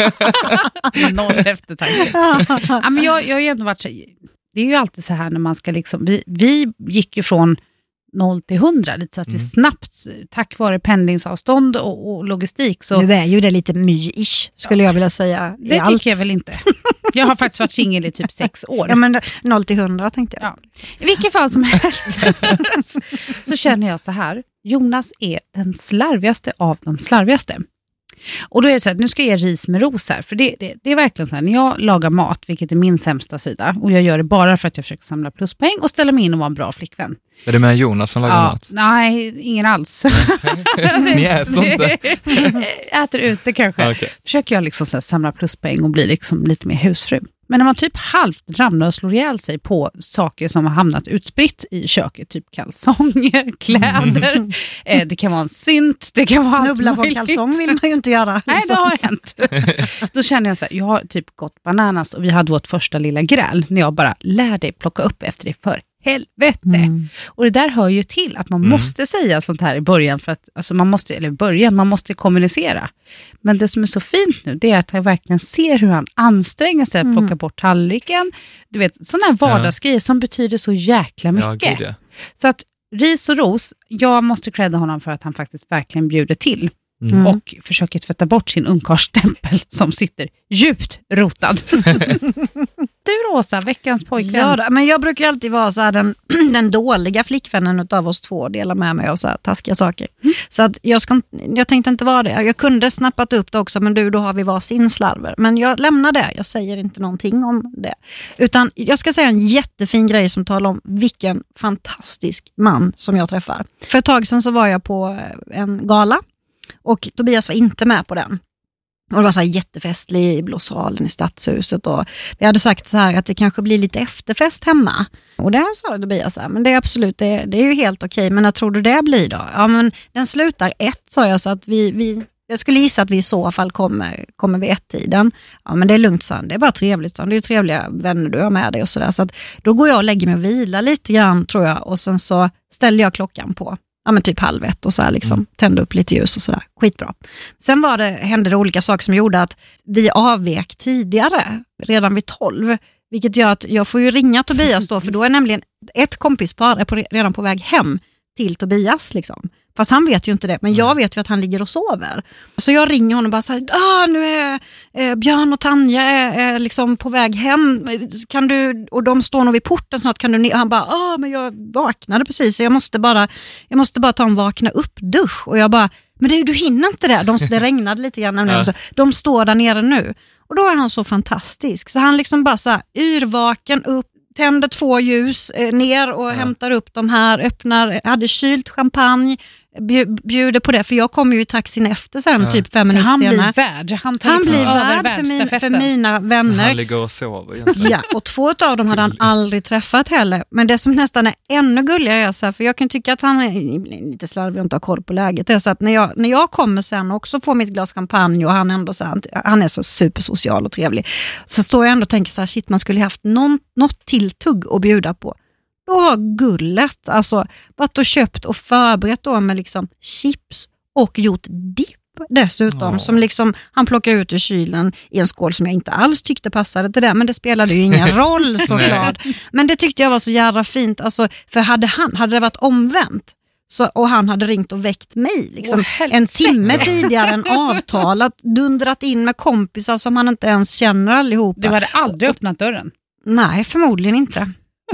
Noll eftertanke. Ja, men jag, jag har ju ändå varit så, det är ju alltid så här när man ska liksom, vi, vi gick ju från noll till hundra, lite så att mm. vi snabbt, tack vare pendlingsavstånd och, och logistik. Så... Nu är ju det lite my-ish, skulle ja. jag vilja säga. Det tycker allt. jag väl inte. Jag har faktiskt varit singel i typ sex år. Ja, men noll till hundra tänkte jag. Ja. I vilket fall som helst så känner jag så här. Jonas är den slarvigaste av de slarvigaste. Och då är det så här, nu ska jag ge ris med ros här. För det, det, det är verkligen så här, när jag lagar mat, vilket är min sämsta sida, och jag gör det bara för att jag försöker samla pluspoäng och ställa mig in och vara en bra flickvän. Är det med Jonas som lagar ja, mat? Nej, ingen alls. Ni äter inte? Äter ute kanske. Okay. Försöker jag liksom så här, samla pluspoäng och bli liksom lite mer husfru. Men när man typ halvt ramlar och slår ihjäl sig på saker som har hamnat utspritt i köket, typ kalsonger, kläder, mm. eh, det kan vara en synt, det kan vara snubbla på kalsong vill man ju inte göra. Nej, det har hänt. Då känner jag så här, jag har typ gått bananas och vi hade vårt första lilla gräl när jag bara lär dig plocka upp efter det för helvete. Mm. Och det där hör ju till att man mm. måste säga sånt här i början för att, alltså man måste, eller i början, man måste kommunicera. Men det som är så fint nu, det är att jag verkligen ser hur han anstränger sig att mm. plocka bort tallriken. Du vet, sådana här vardagsgrejer ja. som betyder så jäkla mycket. Ja, gud, ja. Så att ris och ros, jag måste credda honom för att han faktiskt verkligen bjuder till. Mm. Och försöker tvätta bort sin ungkarlsstämpel som sitter djupt rotad. Du Rosa, veckans pojkvän. Ja, då, men jag brukar alltid vara så här, den, den dåliga flickvännen av oss två, delar med mig av så här taskiga saker. Mm. Så att jag, ska, jag tänkte inte vara det. Jag kunde snappat upp det också, men du, då har vi var sin slarver. Men jag lämnar det, jag säger inte någonting om det. Utan jag ska säga en jättefin grej som talar om vilken fantastisk man som jag träffar. För ett tag sedan så var jag på en gala. Och Tobias var inte med på den. Och det var så här jättefestlig i Blå salen i Stadshuset. Och vi hade sagt så här att det kanske blir lite efterfest hemma. Och det sa Tobias så här, men det är absolut, det, det är ju helt okej. Men när tror du det blir då? Ja, men den slutar ett, sa jag, så att vi... vi jag skulle gissa att vi i så fall kommer, kommer vid ett-tiden. Ja, men det är lugnt, så det är bara trevligt. Så det är ju trevliga vänner du har med dig och sådär. Så att då går jag och lägger mig och vila lite grann, tror jag. Och sen så ställer jag klockan på. Ja, men typ halv ett och så här liksom, mm. tände upp lite ljus och sådär. Skitbra. Sen var det, hände det olika saker som gjorde att vi avvek tidigare, redan vid tolv. Vilket gör att jag får ju ringa Tobias då, för då är nämligen ett kompispar är på, redan på väg hem till Tobias liksom. Fast han vet ju inte det, men jag vet ju att han ligger och sover. Så jag ringer honom och bara så här, ah, nu är eh, Björn och Tanja är, är liksom på väg hem. Kan du, och de står nog vid porten snart, kan du ner? Och han bara, ah, men jag vaknade precis, så jag måste bara, jag måste bara ta en vakna upp dusch. Och jag bara, men det, du hinner inte det. De, det regnade lite grann nämligen. Ja. De står där nere nu. Och då är han så fantastisk. Så han liksom bara så här, yrvaken upp, tänder två ljus eh, ner och ja. hämtar upp de här, öppnar, hade kylt champagne, bjuder på det, för jag kommer ju i taxin efter sen, ja. typ fem så minuter han senare. Blir värd. Han, han blir värd för, min, för mina vänner. Han ligger och sover egentligen. Ja, och två av dem hade han aldrig träffat heller. Men det som nästan är ännu gulligare är så här, för jag kan tycka att han är lite slarvig och inte har koll på läget. Det är så att när jag, när jag kommer sen också får mitt glas champagne och han ändå så här, han är så supersocial och trevlig. Så står jag ändå och tänker så här, shit, man skulle haft någon, något tilltugg att bjuda på. Då har Gullet alltså varit och köpt och förberett då med liksom chips och gjort dipp dessutom. Oh. Som liksom han plockar ut ur kylen i en skål som jag inte alls tyckte passade till det. Men det spelade ju ingen roll såklart. Men det tyckte jag var så jävla fint. Alltså, för hade, han, hade det varit omvänt så, och han hade ringt och väckt mig liksom, oh, en timme tidigare än avtalat, dundrat in med kompisar som han inte ens känner allihopa. Du hade aldrig öppnat dörren? Nej, förmodligen inte.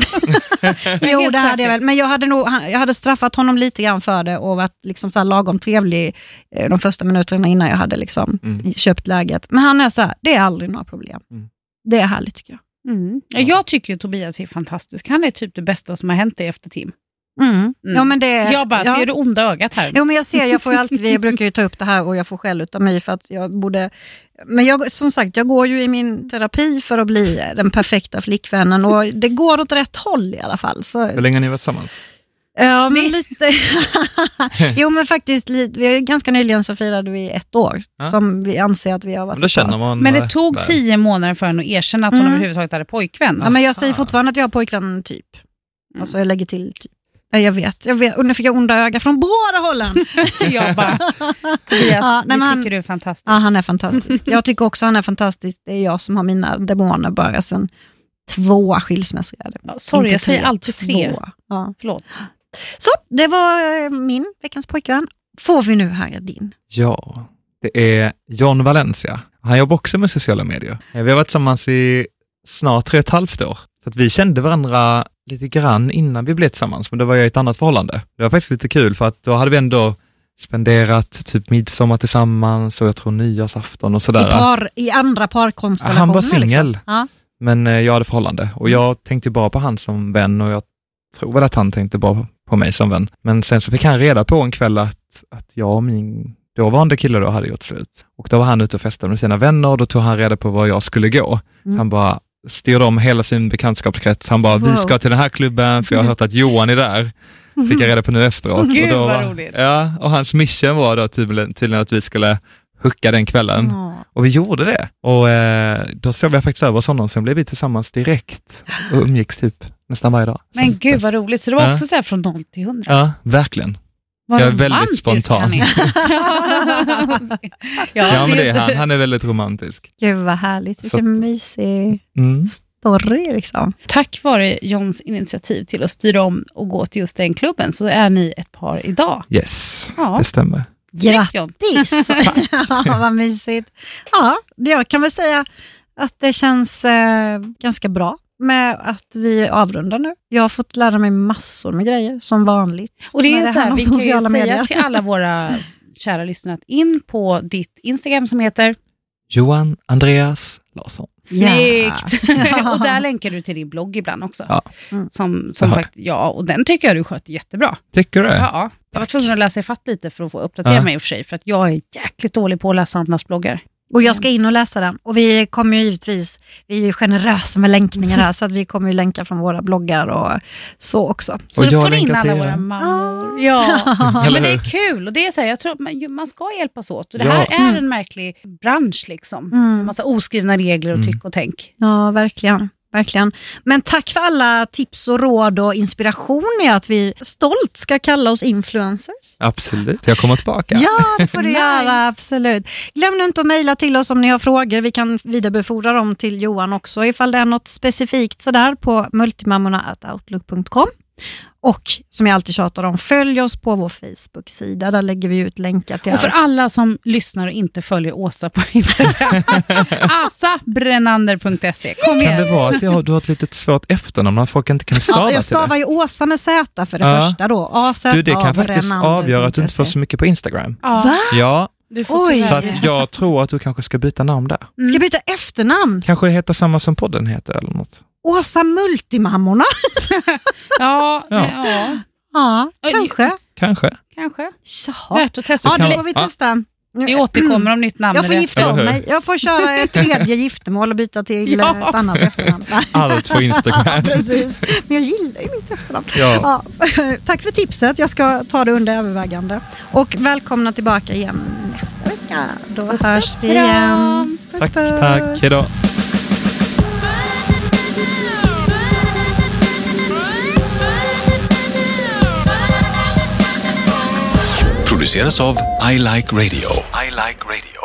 Jo, det hade jag väl. Men jag hade, nog, jag hade straffat honom lite grann för det och varit liksom så här lagom trevlig de första minuterna innan jag hade liksom mm. köpt läget. Men han är så här, det är aldrig några problem. Mm. Det är härligt tycker jag. Mm. Jag tycker att Tobias är fantastisk. Han är typ det bästa som har hänt i efter Tim. Mm. Mm. Ja, men det, jag bara, ja. ser du onda ögat här? Jo, men jag ser, jag får ju alltid, jag brukar ju ta upp det här och jag får skäll utav mig för att jag borde, men jag, som sagt, jag går ju i min terapi för att bli den perfekta flickvännen och det går åt rätt håll i alla fall. Så. Hur länge har ni varit tillsammans? Ja, men lite. Jo, men faktiskt, vi har ganska nyligen så firade vi ett år ja. som vi anser att vi har varit. Men, känner man, men det tog där. tio månader för henne att erkänna att hon mm. överhuvudtaget hade pojkvän. Ja, men jag säger fortfarande att jag har pojkvän typ. Mm. Alltså jag lägger till typ. Jag vet, jag vet. Och nu fick jag onda öga från båda hållen. Så jag bara, Tobias, ja, nej, han, tycker du är fantastisk. Ja, han är fantastisk. Jag tycker också han är fantastisk. Det är jag som har mina demoner bara sen två skilsmässor. Ja, sorry, jag säger alltid tre. Ja. Förlåt. Så, det var min veckans pojkvän. Får vi nu höra din? Ja, det är John Valencia. Han jobbar också med sociala medier. Vi har varit tillsammans i snart tre och ett halvt år. Så att vi kände varandra lite grann innan vi blev tillsammans, men då var jag i ett annat förhållande. Det var faktiskt lite kul för att då hade vi ändå spenderat typ midsommar tillsammans och jag tror nyårsafton och sådär. I, par, i andra parkonstellationer? Han var singel, liksom. Ja. Men jag hade förhållande. Och jag tänkte bara på han som vän och jag tror väl att han tänkte bara på mig som vän. Men sen så fick han reda på en kväll att, att jag och min dåvarande kille då hade gjort slut. Och då var han ute och festade med sina vänner och då tog han reda på var jag skulle gå. Mm. Han bara styrde om hela sin bekantskapskrets. Han bara, wow. vi ska till den här klubben för jag har hört att Johan är där. Fick jag reda på nu efteråt. Gud, och då vad var, roligt. Ja, och hans mission var då tydligen, tydligen att vi skulle hucka den kvällen. Mm. Och vi gjorde det. Och eh, då såg jag faktiskt över hos honom. Sen blev vi tillsammans direkt och umgicks typ nästan varje dag. Men så, gud vad roligt. Så det var ja. också så här från noll till hundra. Ja, verkligen. Vad jag är väldigt spontan. ja, ja, men det är han. Han är väldigt romantisk. Gud vad härligt. Vilken mysig mm. story liksom. Tack vare Johns initiativ till att styra om och gå till just den klubben så är ni ett par idag. Yes, ja. det stämmer. Grattis! Ja, vad mysigt. Ja, jag kan väl säga att det känns eh, ganska bra med att vi avrundar nu. Jag har fått lära mig massor med grejer som vanligt. Och det är det så här, vi kan ju säga till alla våra kära lyssnare att in på ditt Instagram som heter Johan Andreas Larsson. Snyggt! Ja. Och där länkar du till din blogg ibland också. Ja, mm. som, som fakt- ja och den tycker jag du sköter jättebra. Tycker du det? Ja, jag var tvungen att läsa ifatt lite för att få uppdatera ja. mig i och för sig. För att jag är jäkligt dålig på att läsa andras bloggar. Och jag ska in och läsa den. Och vi kommer ju givetvis, vi är generösa med länkningar här så att vi kommer ju länka från våra bloggar och så också. Så och du får in alla våra mammor. Ah. Ja, men det är kul. Och det är så här, jag tror att man, man ska hjälpas åt. Och det här ja. är mm. en märklig bransch liksom. Mm. En massa oskrivna regler och mm. tyck och tänk. Ja, verkligen. Verkligen. Men tack för alla tips och råd och inspiration i att vi stolt ska kalla oss influencers. Absolut, jag kommer tillbaka. Ja, det får du nice. göra, absolut. Glöm nu inte att mejla till oss om ni har frågor. Vi kan vidarebefordra dem till Johan också ifall det är något specifikt sådär på multimammorna at outlook punkt com. Och som jag alltid tjatar om, följ oss på vår Facebook-sida. Där lägger vi ut länkar till och för allt. alla som lyssnar och inte följer Åsa på Instagram. asa brennander punkt se. Kom igen. Kan det vara att du har, du har ett litet svårt efternamn när folk inte kan stava ja, till det? Jag stavar ju Åsa med Z för det ja. första då. A-Z, du, det kan faktiskt avgöra att du inte får så mycket på Instagram. Ja. Va? Ja. Du får Oj. Så att jag tror att du kanske ska byta namn där. Mm. Ska byta efternamn? Kanske heta samma som podden heter eller något. Åsa Multimammorna. ja, ja. ja. Ja, kanske. Kanske. Kanske. Jaha. Värt att testa. Ja, det får vi testa. Vi återkommer om nytt namn. Jag får gifta om mig. Jag får köra ett tredje giftermål och byta till ja. ett annat efternamn. Allt på Instagram. Ja, precis. Men jag gillar ju mitt efternamn. Ja. Ja. Tack för tipset. Jag ska ta det under övervägande. Och välkomna tillbaka igen nästa vecka. Då puss hörs vi igen. Puss, tack, puss. tack. Hej då. Produceras av I Like Radio. I Like Radio.